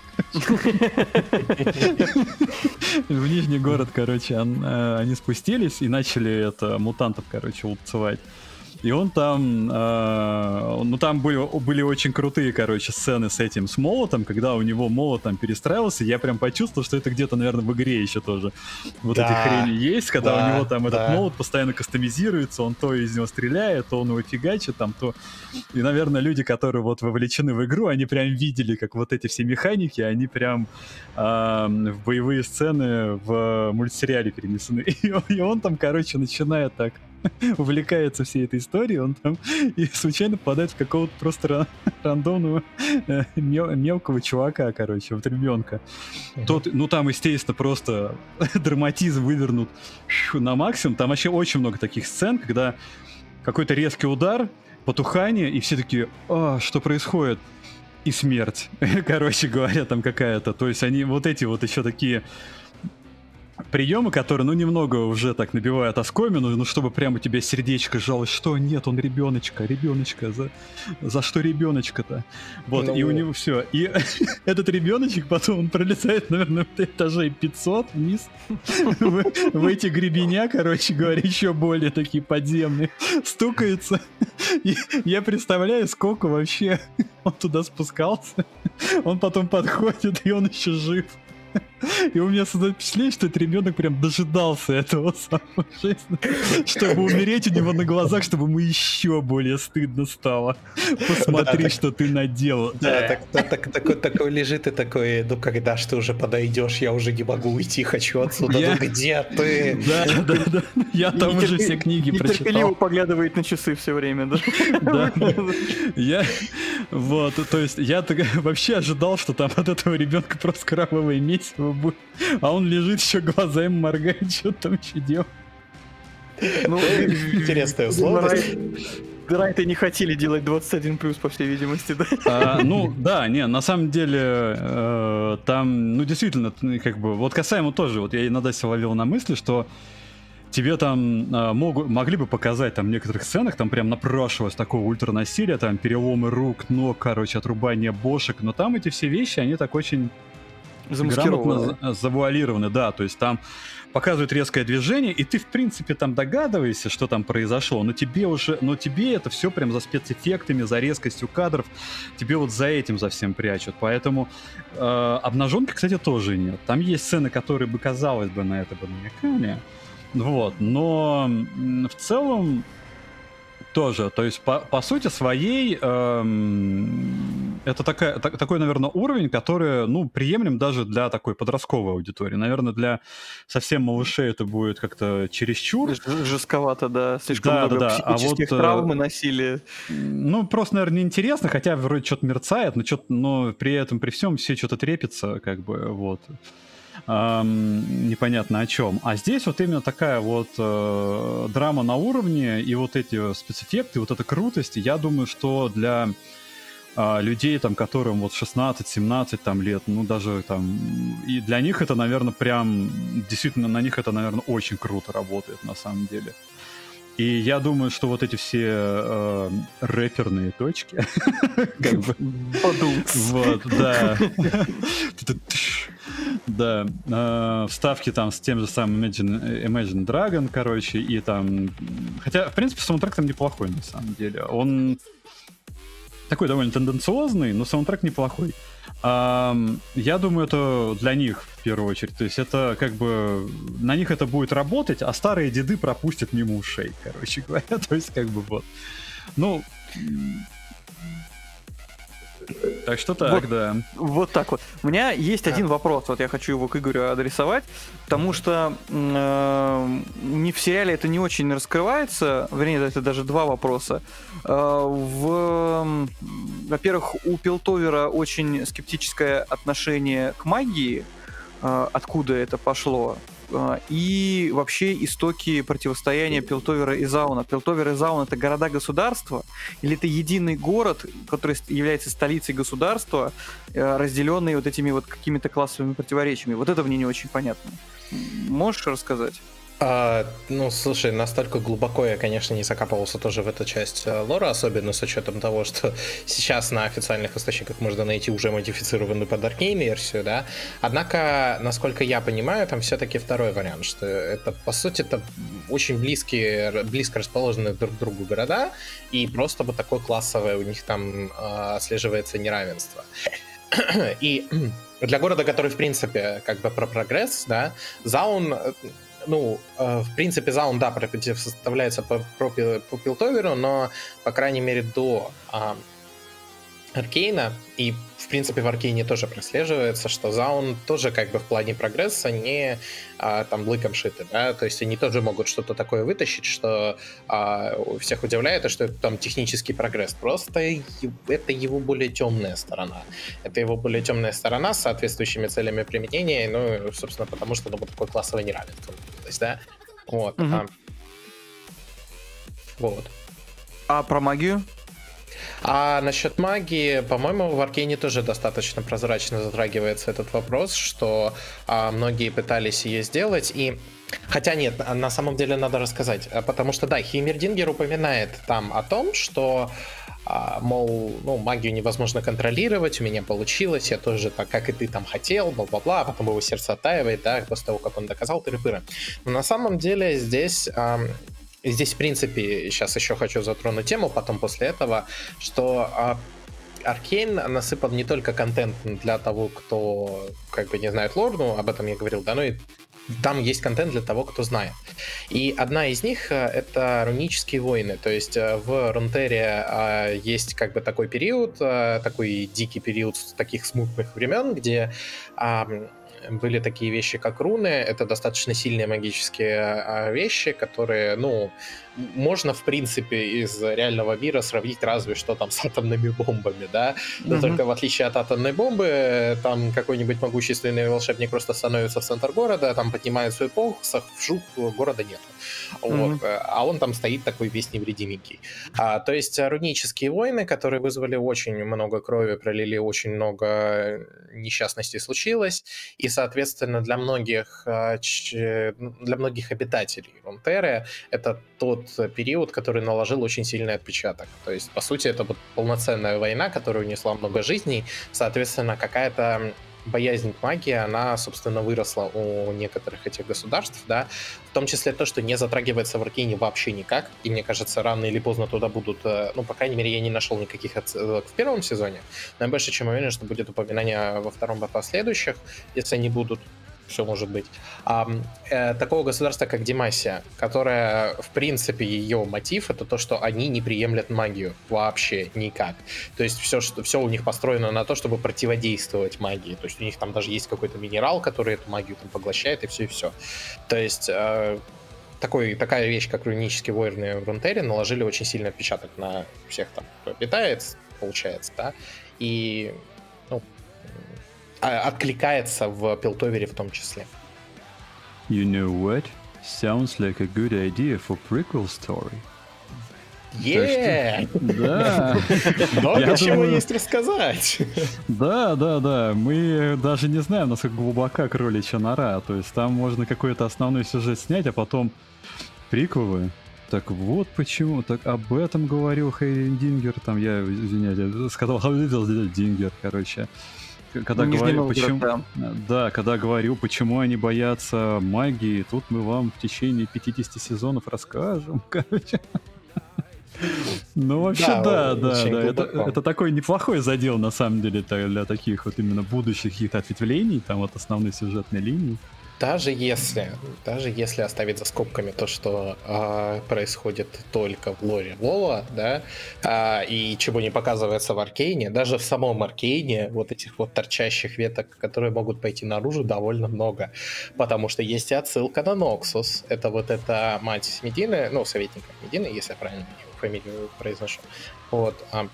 В Нижний город, короче, он, э, они спустились и начали это мутантов, короче, лупцевать. И он там, э, ну там были, были очень крутые, короче, сцены с этим, с молотом, когда у него молот там перестраивался, я прям почувствовал, что это где-то, наверное, в игре еще тоже вот Да, эти хрени есть, когда да, у него там да. этот молот постоянно кастомизируется, он то из него стреляет, то он его фигачит, там, то... И, наверное, люди, которые вот вовлечены в игру, они прям видели, как вот эти все механики, они прям а, в боевые сцены в мультсериале перенесены. И он, и он там, короче, начинает так увлекается всей этой историей, он там и случайно попадает в какого-то просто ра- рандомного э, мел- мелкого чувака, короче, вот ребенка. Тот, ну там, естественно, просто драматизм вывернут на максимум. Там вообще очень много таких сцен, когда какой-то резкий удар, потухание, и все такие, а, что происходит? И смерть, короче говоря, там какая-то. То есть они вот эти вот еще такие приемы, которые, ну, немного уже так набивают оскомину, ну, чтобы прямо у тебя сердечко сжалось, что нет, он ребеночка, ребеночка, за, за что ребеночка-то? Вот, Ну. и у него все. И этот ребеночек потом, он пролетает, наверное, этажей пятьсот вниз в, в эти гребеня, короче говоря, еще более такие подземные, стукается. И я представляю, сколько вообще он туда спускался. Он потом подходит, и он еще жив. И у меня создает впечатление, что этот ребенок прям дожидался этого самого жизни, чтобы умереть у него на глазах, чтобы ему еще более стыдно стало. Посмотри, Да, так- что ты наделал. Да, так, так, так- такой, такой лежит и такой, ну когда ж ты уже подойдешь, я уже не могу уйти, хочу отсюда, Я- ну где ты? Да, да, да. Я там уже все книги Нетерпеливо прочитал. поглядывает на часы все время, да? Да, да. Я, Вот, то есть я вообще ожидал, что там от этого ребенка просто кровавое месиво будет, а он лежит еще, глаза ему моргает, что там еще делает. Ну, интересная условность. Райты не хотели делать двадцать один плюс, по всей видимости, да? А, ну, да, не, на самом деле, э, там, ну, действительно, как бы, вот касаемо тоже, вот я иногда себя ловил на мысли, что тебе там э, могу, могли бы показать там в некоторых сценах, там прям напрашивалось такого ультранасилия, там переломы рук, ног, короче, отрубание бошек, но там эти все вещи, они так очень грамотно за- завуалированы, да, то есть там показывают резкое движение, и ты, в принципе, там догадываешься, что там произошло, но тебе уже, но тебе это все прям за спецэффектами, за резкостью кадров, тебе вот за этим за всем прячут, поэтому э, обнаженки, кстати, тоже нет. Там есть сцены, которые бы, казалось бы, на это бы намекали, вот, но м, в целом тоже, то есть по, по сути своей эм, это такая, так, такой, наверное, уровень, который, ну, приемлем даже для такой подростковой аудитории. Наверное, для совсем малышей это будет как-то чересчур. Ж- жестковато, да, слишком Да, много да, да. А психических вот, травм и э, насилия. Ну, просто, наверное, неинтересно, хотя вроде что-то мерцает, но, что-то, но при этом, при всем, все что-то трепится, как бы, вот. Ам, непонятно о чем. А здесь вот именно такая вот э, драма на уровне, и вот эти спецэффекты, вот эта крутость, я думаю, что для э, людей, там, которым вот шестнадцать-семнадцать там, лет, ну, даже там, и для них это, наверное, прям, действительно, на них это, наверное, очень круто работает, на самом деле. И я думаю, что вот эти все э, рэперные точки, как бы, вот, да, да, э, вставки там с тем же самым Imagine, Imagine Dragon, короче, и там, хотя, в принципе, саундтрек там неплохой, на самом деле, он такой довольно тенденциозный, но саундтрек неплохой. А, я думаю, это для них в первую очередь. То есть это как бы на них это будет работать, а старые деды пропустят мимо ушей, короче говоря. То есть как бы вот. Ну, так что так, вот, да. Вот так вот. У меня есть один вопрос, вот я хочу его к Игорю адресовать, потому что э, не в сериале это не очень раскрывается, вернее, это даже два вопроса. Э, в, во-первых, у Пилтовера очень скептическое отношение к магии, э, откуда это пошло, и вообще истоки противостояния Пилтовера и Зауна. Пилтовер и Заун — это города-государства, или это единый город, который является столицей государства, разделенный вот этими вот какими-то классовыми противоречиями? Вот это мне не очень понятно. Можешь рассказать? А, ну, слушай, настолько глубоко я, конечно, не закапывался тоже в эту часть лора, особенно с учетом того, что сейчас на официальных источниках можно найти уже модифицированную под Аркейн версию, да. Однако, насколько я понимаю, там все-таки второй вариант, что это, по сути, это очень близкие, близко расположенные друг к другу города, и просто вот такое классовое у них там э, отслеживается неравенство. И для города, который, в принципе, как бы про прогресс, да, Заун... Ну, э, в принципе, Заун, да, составляется по, по, по Пилтоверу, но, по крайней мере, до э, Аркейна, и, в принципе, в Аркейне тоже прослеживается, что Заун тоже как бы в плане прогресса не э, там лыком шиты, да, то есть они тоже могут что-то такое вытащить, что э, всех удивляет, и что это там технический прогресс, просто это его более темная сторона, это его более темная сторона с соответствующими целями применения, ну, собственно, потому что ну, вот такое классовое неравенство, то есть, да, вот, угу. а, вот. А про магию? А насчет магии, по-моему, в Аркейне тоже достаточно прозрачно затрагивается этот вопрос, что а, многие пытались ее сделать, и... Хотя нет, на самом деле надо рассказать, потому что, да, Хеймердингер упоминает там о том, что, а, мол, ну, магию невозможно контролировать, у меня получилось, я тоже так, как и ты там хотел, бла-бла-бла, а потом его сердце оттаивает, да, после того, как он доказал, тыры-пыры. Но на самом деле здесь... А, Здесь, в принципе, сейчас еще хочу затронуть тему, потом после этого, что Аркейн насыпал не только контент для того, кто, как бы, не знает лор, ну, об этом я говорил, да, но и там есть контент для того, кто знает. И одна из них — это рунические войны. То есть в Рунтере есть как бы такой период, такой дикий период таких смутных времен, где были такие вещи, как руны. Это достаточно сильные магические вещи, которые, ну, можно, в принципе, из реального мира сравнить разве что там с атомными бомбами, да? Но mm-hmm. только в отличие от атомной бомбы, там какой-нибудь могущественный волшебник просто становится в центр города, там поднимает свой посох, вжух, города нет. Mm-hmm. Вот. А он там стоит такой весь невредименький. А, то есть рунические войны, которые вызвали очень много крови, пролили очень много несчастностей случилось, и, соответственно, для многих, для многих обитателей Рунтеры это тот период, который наложил очень сильный отпечаток. То есть, по сути, это вот полноценная война, которая унесла много жизней. Соответственно, какая-то боязнь к магии, она, собственно, выросла у некоторых этих государств, да, в том числе то, что не затрагивается в Аркейне вообще никак, и мне кажется, рано или поздно туда будут, ну, по крайней мере, я не нашел никаких отсылок в первом сезоне, но я больше чем уверен, что будет упоминание во втором и последующих, если они будут, все может быть. А, э, такого государства, как Демасия, которое, в принципе, ее мотив — это то, что они не приемлят магию вообще никак. То есть все, что, все у них построено на то, чтобы противодействовать магии. То есть у них там даже есть какой-то минерал, который эту магию там поглощает, и все, и все. То есть э, такой, такая вещь, как рунические войны в Рунтере, наложили очень сильный отпечаток на всех там, кто обитает, получается, да, и откликается в Пилтовере в том числе. You know what? Sounds like a good idea for prequel story. Yeah! Да. Много чего есть рассказать. Да, да, да. Мы даже не знаем, насколько глубока кроличья нора. То есть там можно какой-то основной сюжет снять, а потом приквелы. Так вот почему, так об этом говорил Хейдингер, там я, извиняюсь, сказал Хейдингер, короче. Когда говорю, почему, да. да, когда говорю, почему они боятся магии, тут мы вам в течение пятидесяти сезонов расскажем, короче. Ну, вообще, да, да, да, это, это такой неплохой задел, на самом деле, для таких вот именно будущих каких-то ответвлений, там, от основной сюжетной линии. Даже если, даже если оставить за скобками то, что э, происходит только в лоре Вова, да, э, и чего не показывается в Аркейне, даже в самом Аркейне вот этих вот торчащих веток, которые могут пойти наружу, довольно много, потому что есть и отсылка на Ноксус, это вот эта мать Медины, ну, советника Медины, если я правильно его фамилию произношу, вот, э,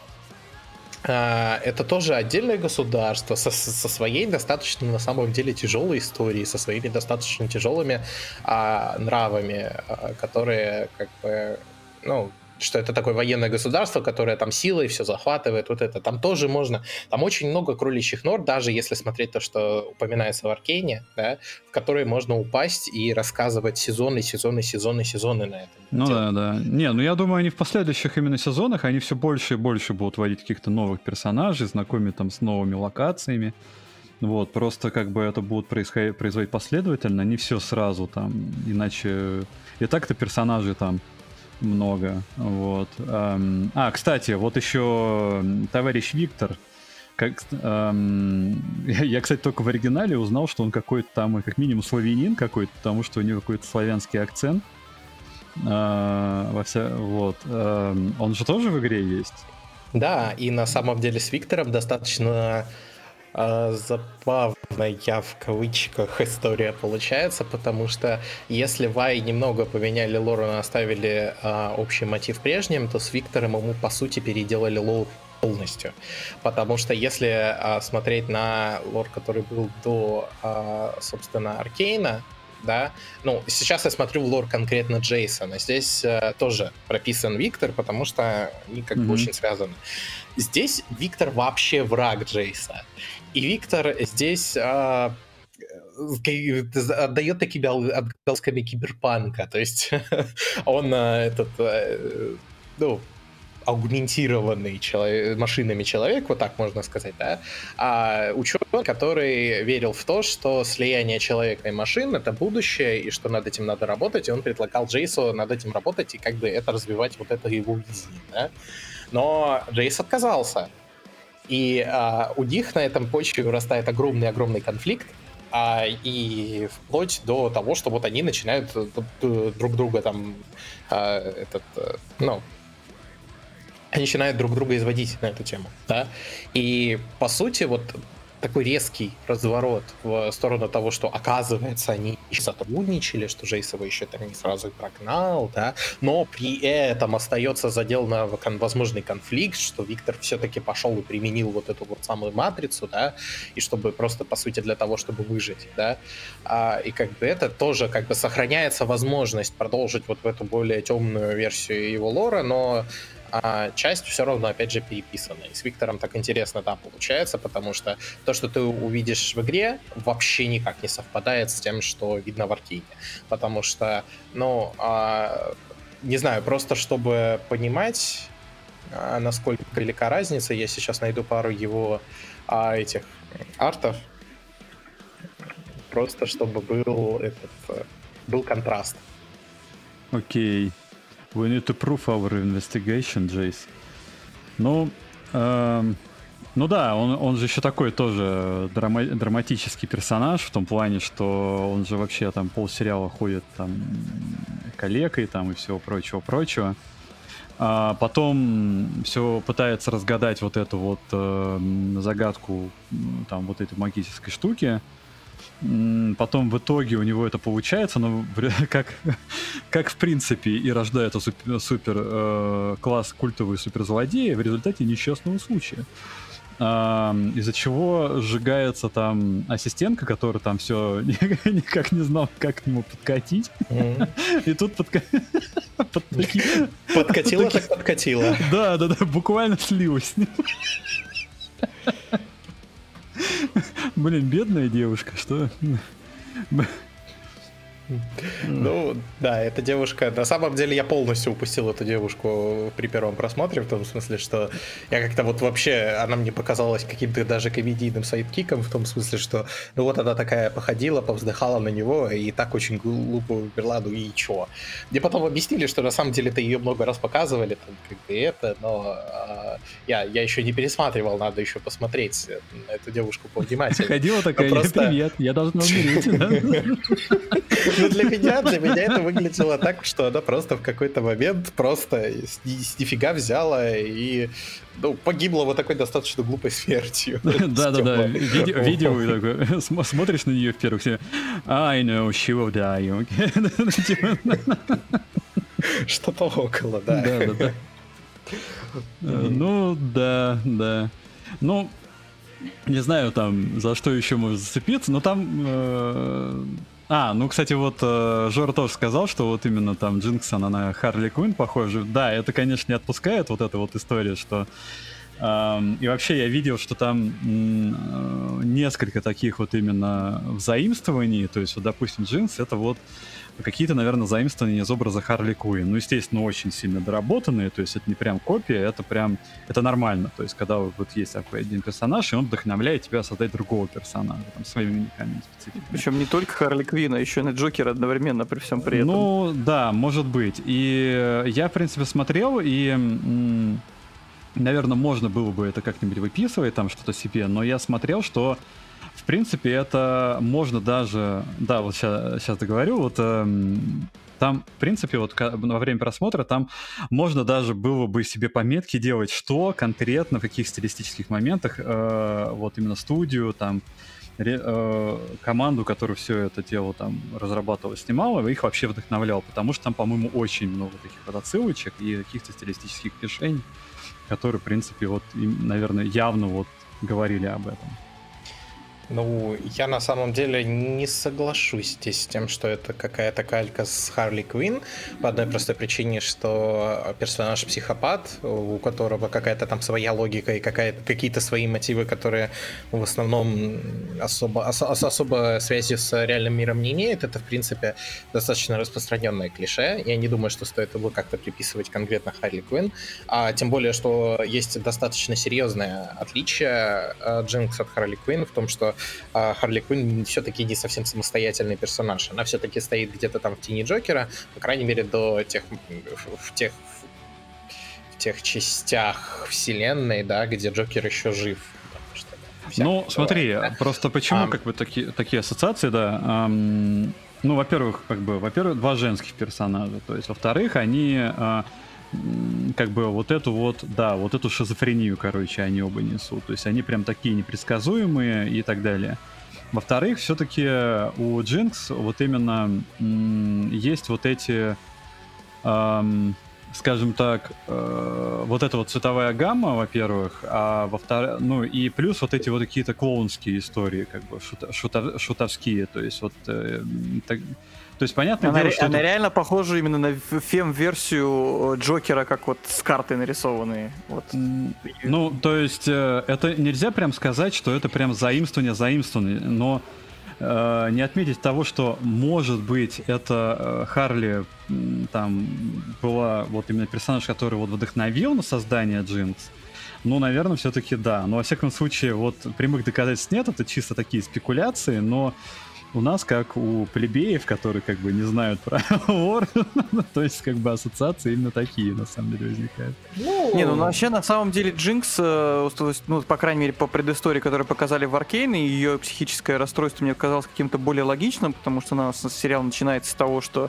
это тоже отдельное государство со, со своей достаточно, на самом деле, тяжелой историей, со своими достаточно тяжелыми а, нравами, а, которые, как бы, ну, что это такое военное государство, которое там силой все захватывает, вот это. Там тоже можно, там очень много кроличьих нор, даже если смотреть то, что упоминается в Аркейне, да, в которые можно упасть и рассказывать сезоны, сезоны, сезоны, сезоны на этом. Ну деле. да, да. Не, ну я думаю, они в последующих именно сезонах, они все больше и больше будут вводить каких-то новых персонажей, знакомить там с новыми локациями. Вот, просто как бы это будет происходить, производить последовательно, не все сразу там, иначе и так-то персонажей там много, вот. Эм, а, кстати, вот еще товарищ Виктор, как, эм, я, я, кстати, только в оригинале узнал, что он какой-то там, как минимум, славянин какой-то, потому что у него какой-то славянский акцент. Э, во вся, вот. Э, он же тоже в игре есть? Да, и на самом деле с Виктором достаточно э, забавная, в кавычках, история получается, потому что если Вай немного поменяли лор и оставили э, общий мотив прежним, то с Виктором ему, по сути, переделали лор полностью. Потому что если э, смотреть на лор, который был до, э, собственно, Аркейна, да, ну, сейчас я смотрю в лор конкретно Джейсона. Здесь э, тоже прописан Виктор, потому что они как mm-hmm. бы очень связаны. Здесь Виктор вообще враг Джейса. И Виктор здесь э, отдает такими отголосками киберпанка. То есть он э, этот, э, ну, аугментированный человек, машинами человек, вот так можно сказать, да, а ученый, который верил в то, что слияние человека и машин — это будущее, и что над этим надо работать, и он предлагал Джейсу над этим работать и как бы это развивать, вот это его видение, да. Но Джейс отказался, и а, у них на этом почве вырастает огромный-огромный конфликт, а, и вплоть до того, что вот они начинают друг друга там, а, этот, ну, они начинают друг друга изводить на эту тему, да, и по сути вот такой резкий разворот в сторону того, что, оказывается, они сотрудничали, что Джейс его еще там не сразу и прогнал, да, но при этом остается задел на возможный конфликт, что Виктор все-таки пошел и применил вот эту вот самую матрицу, да, и чтобы просто, по сути, для того, чтобы выжить, да, а, и как бы это тоже как бы сохраняется возможность продолжить вот в эту более темную версию его лора, но а часть все равно, опять же, переписана. И с Виктором так интересно, да, получается, потому что то, что ты увидишь в игре, вообще никак не совпадает с тем, что видно в Аркейне. Потому что, ну, а, не знаю, просто чтобы понимать, а, насколько велика разница, я сейчас найду пару его а, этих артов, просто чтобы был этот, был контраст. Окей. Okay. We need to prove our investigation, Джейс. Ну, эм, ну да, он, он же еще такой тоже драма- драматический персонаж, в том плане, что он же вообще там полсериала ходит там калекой там и всего прочего-прочего. А потом все пытается разгадать вот эту вот э, загадку там вот этой магической штуки. Потом в итоге у него это получается, но как, как в принципе и рождается супер, супер э, класс культовый суперзлодея в результате несчастного случая. Э, из-за чего сжигается там ассистентка, которая там все никак не знал, как к нему подкатить. Mm-hmm. И тут подка... подкатила, так подкатила. Да, да, да, буквально слилась с ним. Блин, бедная девушка, что? Ну, да, эта девушка... На самом деле я полностью упустил эту девушку при первом просмотре, в том смысле, что я как-то вот вообще... Она мне показалась каким-то даже комедийным сайдкиком, в том смысле, что ну вот она такая походила, повздыхала на него и так очень глупо умерла, ну и чё? Мне потом объяснили, что на самом деле-то ее много раз показывали, там, как бы это, но а, я, я еще не пересматривал, надо еще посмотреть на эту девушку повнимательнее. Ходила такая, привет, я должна умереть. Ну, для меня, для меня это выглядело так, что она просто в какой-то момент просто с, с нифига взяла и ну, погибла вот такой достаточно глупой смертью. Да-да-да, видео такое, смотришь на нее в первых сериях, I know she will die. Что-то около, да. Да-да-да. Ну, да, да. Ну, не знаю там, за что еще можно зацепиться, но там... А, ну, кстати, вот э, Жора тоже сказал, что вот именно там Джинкс, она на Харли Квинн похожа. Да, это, конечно, не отпускает вот эта вот история, что... Э, и вообще я видел, что там э, несколько таких вот именно взаимствований. То есть, вот, допустим, Джинкс — это вот какие-то, наверное, заимствования из образа Харли Квинн. Ну, естественно, очень сильно доработанные, то есть это не прям копия, это прям, это нормально. То есть когда вот есть такой один персонаж, и он вдохновляет тебя создать другого персонажа, там, своими уникальными спецификами. Причем не только Харли Квинн, а еще и на Джокера одновременно при всем при этом. Ну, да, может быть. И я, в принципе, смотрел, и... М- наверное, можно было бы это как-нибудь выписывать, там что-то себе, но я смотрел, что в принципе, это можно даже... Да, вот сейчас, сейчас договорю. Вот э, там, в принципе, вот во время просмотра там можно даже было бы себе пометки делать, что конкретно, в каких стилистических моментах э, вот именно студию, там, ре, э, команду, которая все это дело там разрабатывала, снимала, их вообще вдохновлял, потому что там, по-моему, очень много таких вот отсылочек и каких-то стилистических решений, которые, в принципе, вот, наверное, явно вот говорили об этом. Ну, я на самом деле не соглашусь здесь с тем, что это какая-то калька с Харли Квинн, по одной простой причине, что персонаж психопат, у которого какая-то там своя логика и какая-то, какие-то свои мотивы, которые в основном особо, ос, особо связи с реальным миром не имеют, это, в принципе, достаточно распространенное клише. Я не думаю, что стоит его как-то приписывать конкретно Харли Квинн, а тем более, что есть достаточно серьезное отличие Джинкс от Харли Квинн в том, что а Харли Квинн все-таки не совсем самостоятельный персонаж. Она все-таки стоит где-то там в тени Джокера, по крайней мере, до тех, в тех, в тех частях вселенной, да, где Джокер еще жив. Что, ну, смотри, бывает, да? Просто почему а... как бы такие, такие ассоциации, да. Эм, ну, во-первых, как бы, во-первых, два женских персонажа. То есть, во-вторых, они... Э, как бы вот эту вот, да, вот эту шизофрению, короче, они оба несут. То есть они прям такие непредсказуемые и так далее. Во-вторых, все-таки у Джинкс вот именно м, есть вот эти, эм, скажем так, э, вот эта вот цветовая гамма, во-первых, а во-вторых, ну и плюс вот эти вот какие-то клоунские истории, как бы шута- шута- шутовские, то есть вот, э, так, то есть понятное она, дело, ре- что она это- реально похожа именно на ф- фем-версию Джокера, как вот с картой нарисованные. Вот. М, Ну, то есть э, это нельзя прям сказать, что это прям заимствование, заимствование, но э, не отметить того, что, может быть, это э, Харли м, там была вот именно персонаж, который вот вдохновил на создание Джинкс. Ну, наверное, все-таки да. Но, во всяком случае, вот прямых доказательств нет, это чисто такие спекуляции, но у нас, как у плебеев, которые как бы не знают про лор, то есть как бы ассоциации именно такие, на самом деле, возникают. Ну, Не, ну вообще на самом деле Джинкс, э, то есть, ну, по крайней мере, по предыстории, которую показали в Аркейне, ее психическое расстройство мне казалось каким-то более логичным, потому что у нас сериал начинается с того, что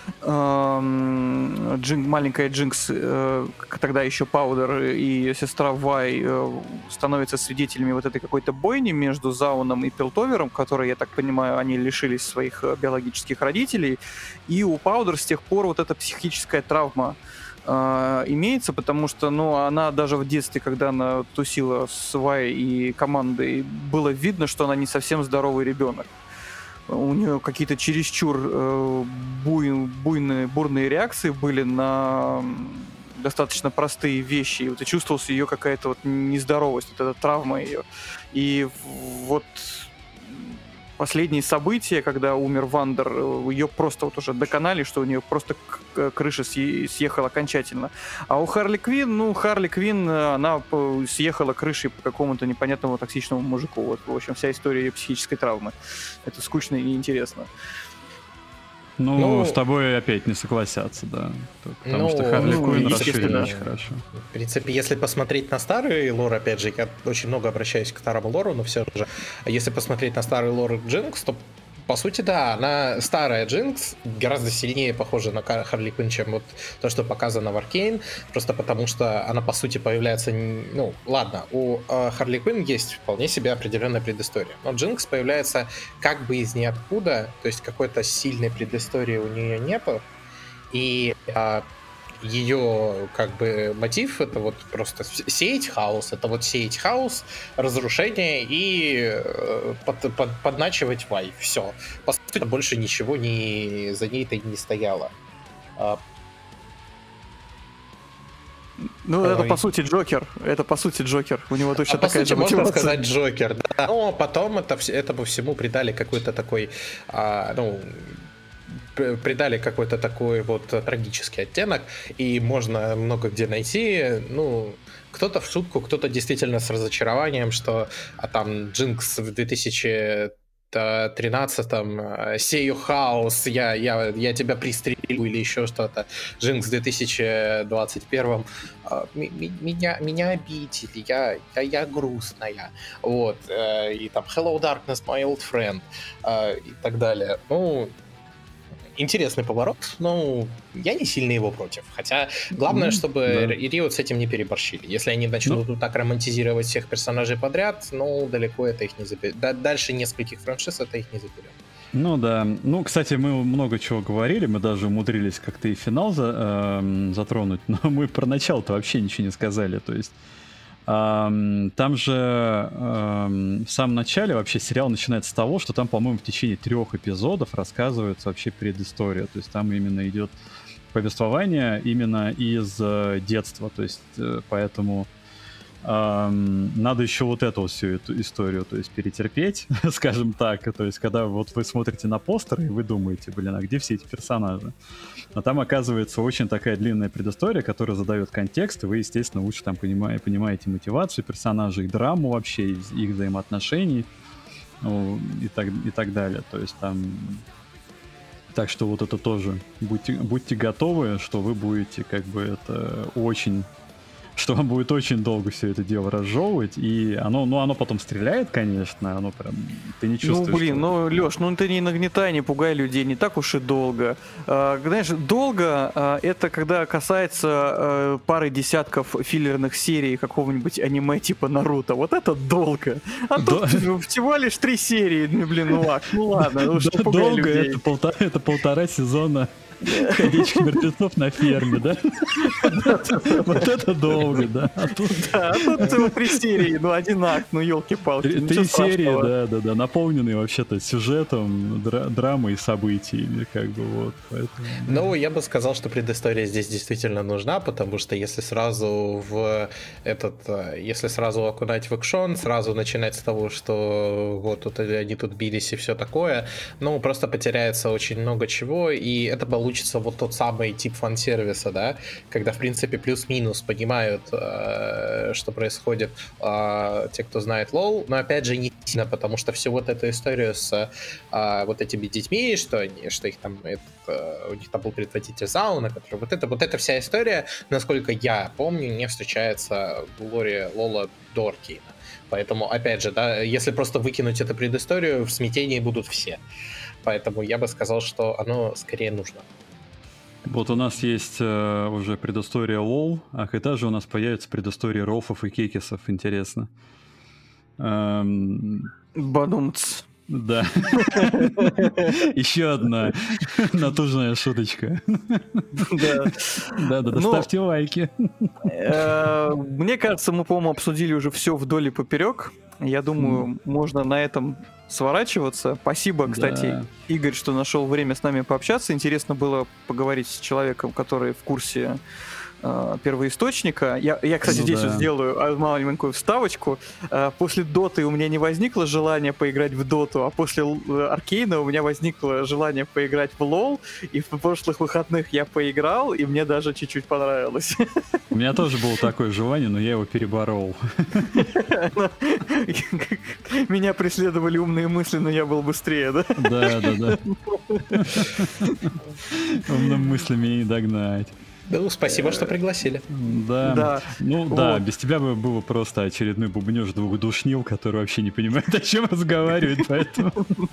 эм, Джин, маленькая Джинкс, э, тогда еще Паудер и ее сестра Вай э, становятся свидетелями вот этой какой-то бойни между Зауном и Пилтовером, которые, я так понимаю, они лишились своих э, биологических родителей, и у Паудер с тех пор вот эта психическая травма Uh, имеется, потому что, ну, она даже в детстве, когда она тусила с Вай и командой, было видно, что она не совсем здоровый ребенок. У нее какие-то чересчур э, буй, буйные, бурные реакции были на достаточно простые вещи. И вот и чувствовалась ее какая-то вот нездоровость, вот эта травма ее. И вот последние события, когда умер Вандер, ее просто вот уже доконали, что у нее просто крыша съехала окончательно. А у Харли Квинн, ну, Харли Квинн, она съехала крышей по какому-то непонятному токсичному мужику. Вот, в общем, вся история ее психической травмы. Это скучно и неинтересно. Ну, Ну, с тобой опять не согласятся, да. Потому ну, что Харли ну, Квинн естественно, расширили да. очень хорошо. В принципе, если посмотреть на старый лор, опять же, я очень много обращаюсь к старому лору, но все же, если посмотреть на старый лор Джинкс, то, по сути, да, она старая Джинкс, гораздо сильнее похожа на Харли Квинн, чем вот то, что показано в Аркейн, просто потому что она, по сути, появляется, ну, ладно, у э, Харли Квинн есть вполне себе определенная предыстория, но Джинкс появляется как бы из ниоткуда, то есть какой-то сильной предыстории у нее нету, и э, ее как бы мотив — это вот просто сеять хаос, это вот сеять хаос, разрушение и э, под, под, подначивать Вай. Все. По сути, больше ничего не, за ней-то и не стояло. А, Ну, Ой. это по сути Джокер. Это по сути Джокер. У него точно а по такая сути, же можно мотивация. сказать Джокер, да. Но потом это, вс- этому всему придали какой-то такой, а, ну, п- придали какой-то такой вот трагический оттенок, и можно много где найти, ну, кто-то в шутку, кто-то действительно с разочарованием, что а там Джинкс в две тысячи тринадцатом сею хаос, я, я, я тебя пристрелю или еще что-то. Джинкс в две тысячи двадцать первом а, ми- ми- меня, меня обидели, я, я, я грустная. Вот. э, И там Hello Darkness, my old friend. а, И так далее. Ну, интересный поворот, но я не сильно его против. Хотя главное, М, чтобы да. и Риот с этим не переборщили. Если они начнут вот так романтизировать всех персонажей подряд, ну, далеко это их не заберет. Дальше нескольких франшиз это их не заберет. Ну да. Ну, кстати, мы много чего говорили, мы даже умудрились как-то и финал за- эм, затронуть, но мы про начало-то вообще ничего не сказали. То есть ам, там же ам, в самом начале вообще сериал начинается с того, что там, по-моему, в течение трех эпизодов рассказывается вообще предыстория. То есть там именно идет повествование именно из э, детства. То есть э, поэтому ам, надо еще вот эту всю эту историю, то есть перетерпеть, скажем так. То есть когда вот вы смотрите на постеры и вы думаете, блин, а где все эти персонажи? А там оказывается очень такая длинная предыстория, которая задает контекст, и вы, естественно, лучше там понимаете, понимаете мотивацию персонажей, их драму вообще, их их взаимоотношений, ну, и так, и так далее. То есть там... Так что вот это тоже. Будьте, будьте готовы, что вы будете как бы это очень что вам будет очень долго все это дело разжевывать, и оно, ну, оно потом стреляет, конечно, оно прям, ты не чувствуешь. Ну, блин, что... ну, Лёш, ну ты не нагнетай, не пугай людей, не так уж и долго. А, знаешь, долго а, это когда касается а, пары десятков филлерных серий какого-нибудь аниме типа Наруто. Вот это долго. А тут да. всего лишь три серии, блин, ну ладно, ну ладно, ну что пугай долго, людей. Это полтора, это полтора сезона ходячих мертвецов на ферме, да? Вот это долго, да. А тут три серии, ну один акт, ну елки-палки. Три серии, да, да, да, наполненные вообще-то сюжетом, драмой и событиями, как бы вот. Ну, я бы сказал, что предыстория здесь действительно нужна, потому что если сразу в этот, если сразу окунать в экшон, сразу начинать с того, что вот тут они тут бились и все такое, ну, просто потеряется очень много чего, и это было получится вот тот самый тип фан-сервиса, да, когда, в принципе, плюс-минус понимают, э, что происходит э, те, кто знает лол, но, опять же, не сильно, потому что всю вот эту историю с э, вот этими детьми, что, они, что их там, этот, э, у них там был предводитель Зауна, который вот это, вот эта вся история, насколько я помню, не встречается в лоре лола до Аркейна. Поэтому, опять же, да, если просто выкинуть эту предысторию, в смятении будут все. Поэтому я бы сказал, что оно скорее нужно. Вот у нас есть э, уже предыстория лол, а когда же у нас появится предыстория рофов и кекисов, интересно. Эм... Бадумц. Да. Еще одна натужная шуточка. Да. Да, да, ставьте лайки. Мне кажется, мы, по-моему, обсудили уже все вдоль и поперек. Я думаю, можно на этом сворачиваться. Спасибо, кстати, Игорь, что нашел время с нами пообщаться. Интересно было поговорить с человеком, который в курсе первоисточника. Я, я кстати, ну, здесь да. вот сделаю маленькую вставочку. После Доты у меня не возникло желания поиграть в Доту, а после Аркейна у меня возникло желание поиграть в лол, и в прошлых выходных я поиграл, и мне даже чуть-чуть понравилось. У меня тоже было такое желание, но я его переборол. Меня преследовали умные мысли, но я был быстрее, да? Да, да, да. Умным мыслями меня не догнать. Ну, спасибо, что пригласили. Да. да. Ну вот. Да, без тебя бы было просто очередной бубнёж двух душнил, который вообще не понимает, о чем разговаривать, поэтому.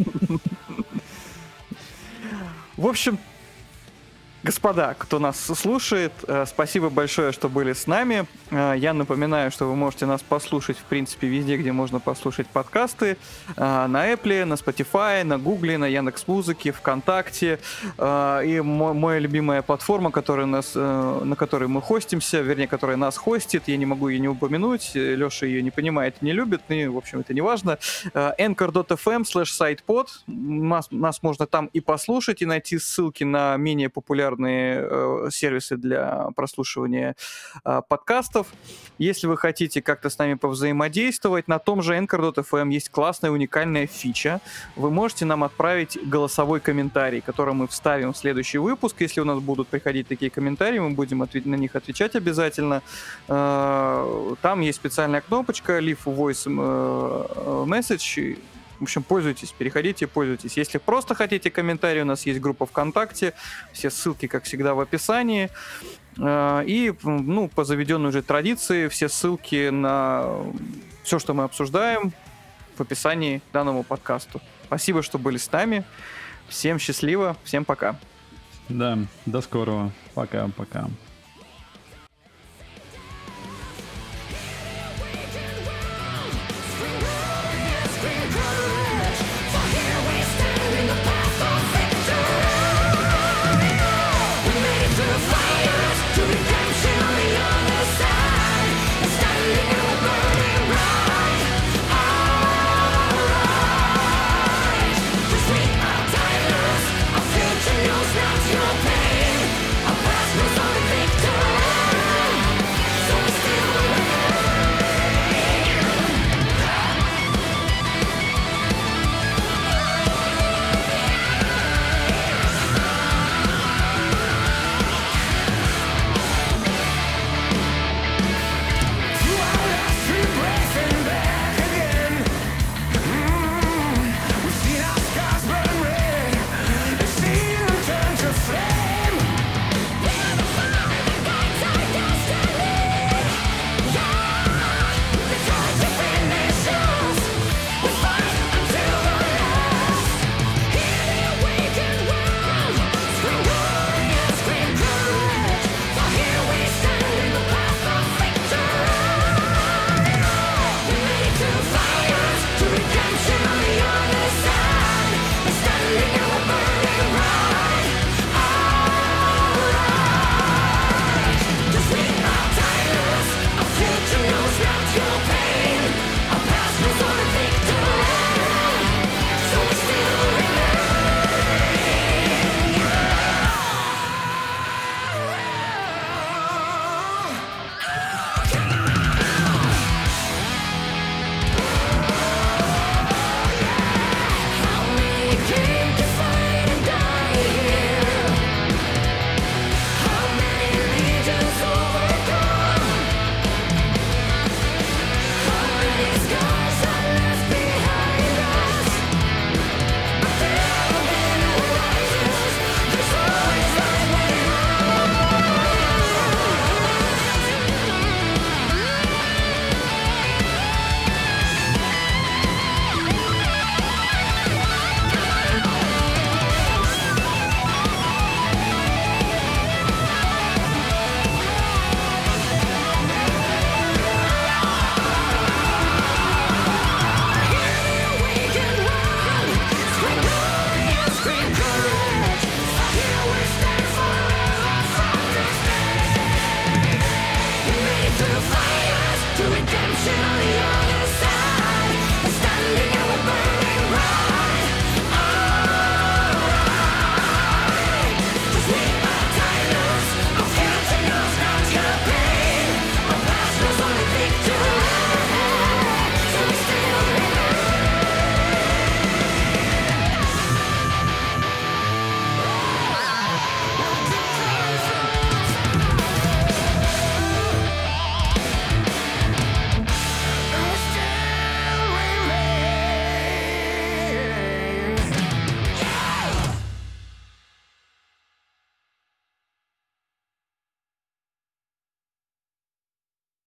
В общем, господа, кто нас слушает, спасибо большое, что были с нами. Я напоминаю, что вы можете нас послушать, в принципе, везде, где можно послушать подкасты. На Apple, на Spotify, на Google, на Яндекс.Музыке, ВКонтакте. И моя любимая платформа, которая нас, на которой мы хостимся, вернее, которая нас хостит, я не могу ее не упомянуть, Леша ее не понимает, не любит, и, в общем, это не важно. anchor.fm slash sitepod. Нас, нас можно там и послушать, и найти ссылки на менее популярные сервисы для прослушивания подкастов. Если вы хотите как-то с нами повзаимодействовать, на том же anchor.fm есть классная уникальная фича. Вы можете нам отправить голосовой комментарий, который мы вставим в следующий выпуск. Если у нас будут приходить такие комментарии, мы будем ответ- на них отвечать обязательно. Там есть специальная кнопочка Leave Voice Message. В общем, пользуйтесь, переходите, пользуйтесь. Если просто хотите комментарий, у нас есть группа ВКонтакте, все ссылки, как всегда, в описании. И, ну, по заведенной уже традиции, все ссылки на все, что мы обсуждаем, в описании к данному подкасту. Спасибо, что были с нами. Всем счастливо, всем пока. Да, до скорого. Пока-пока.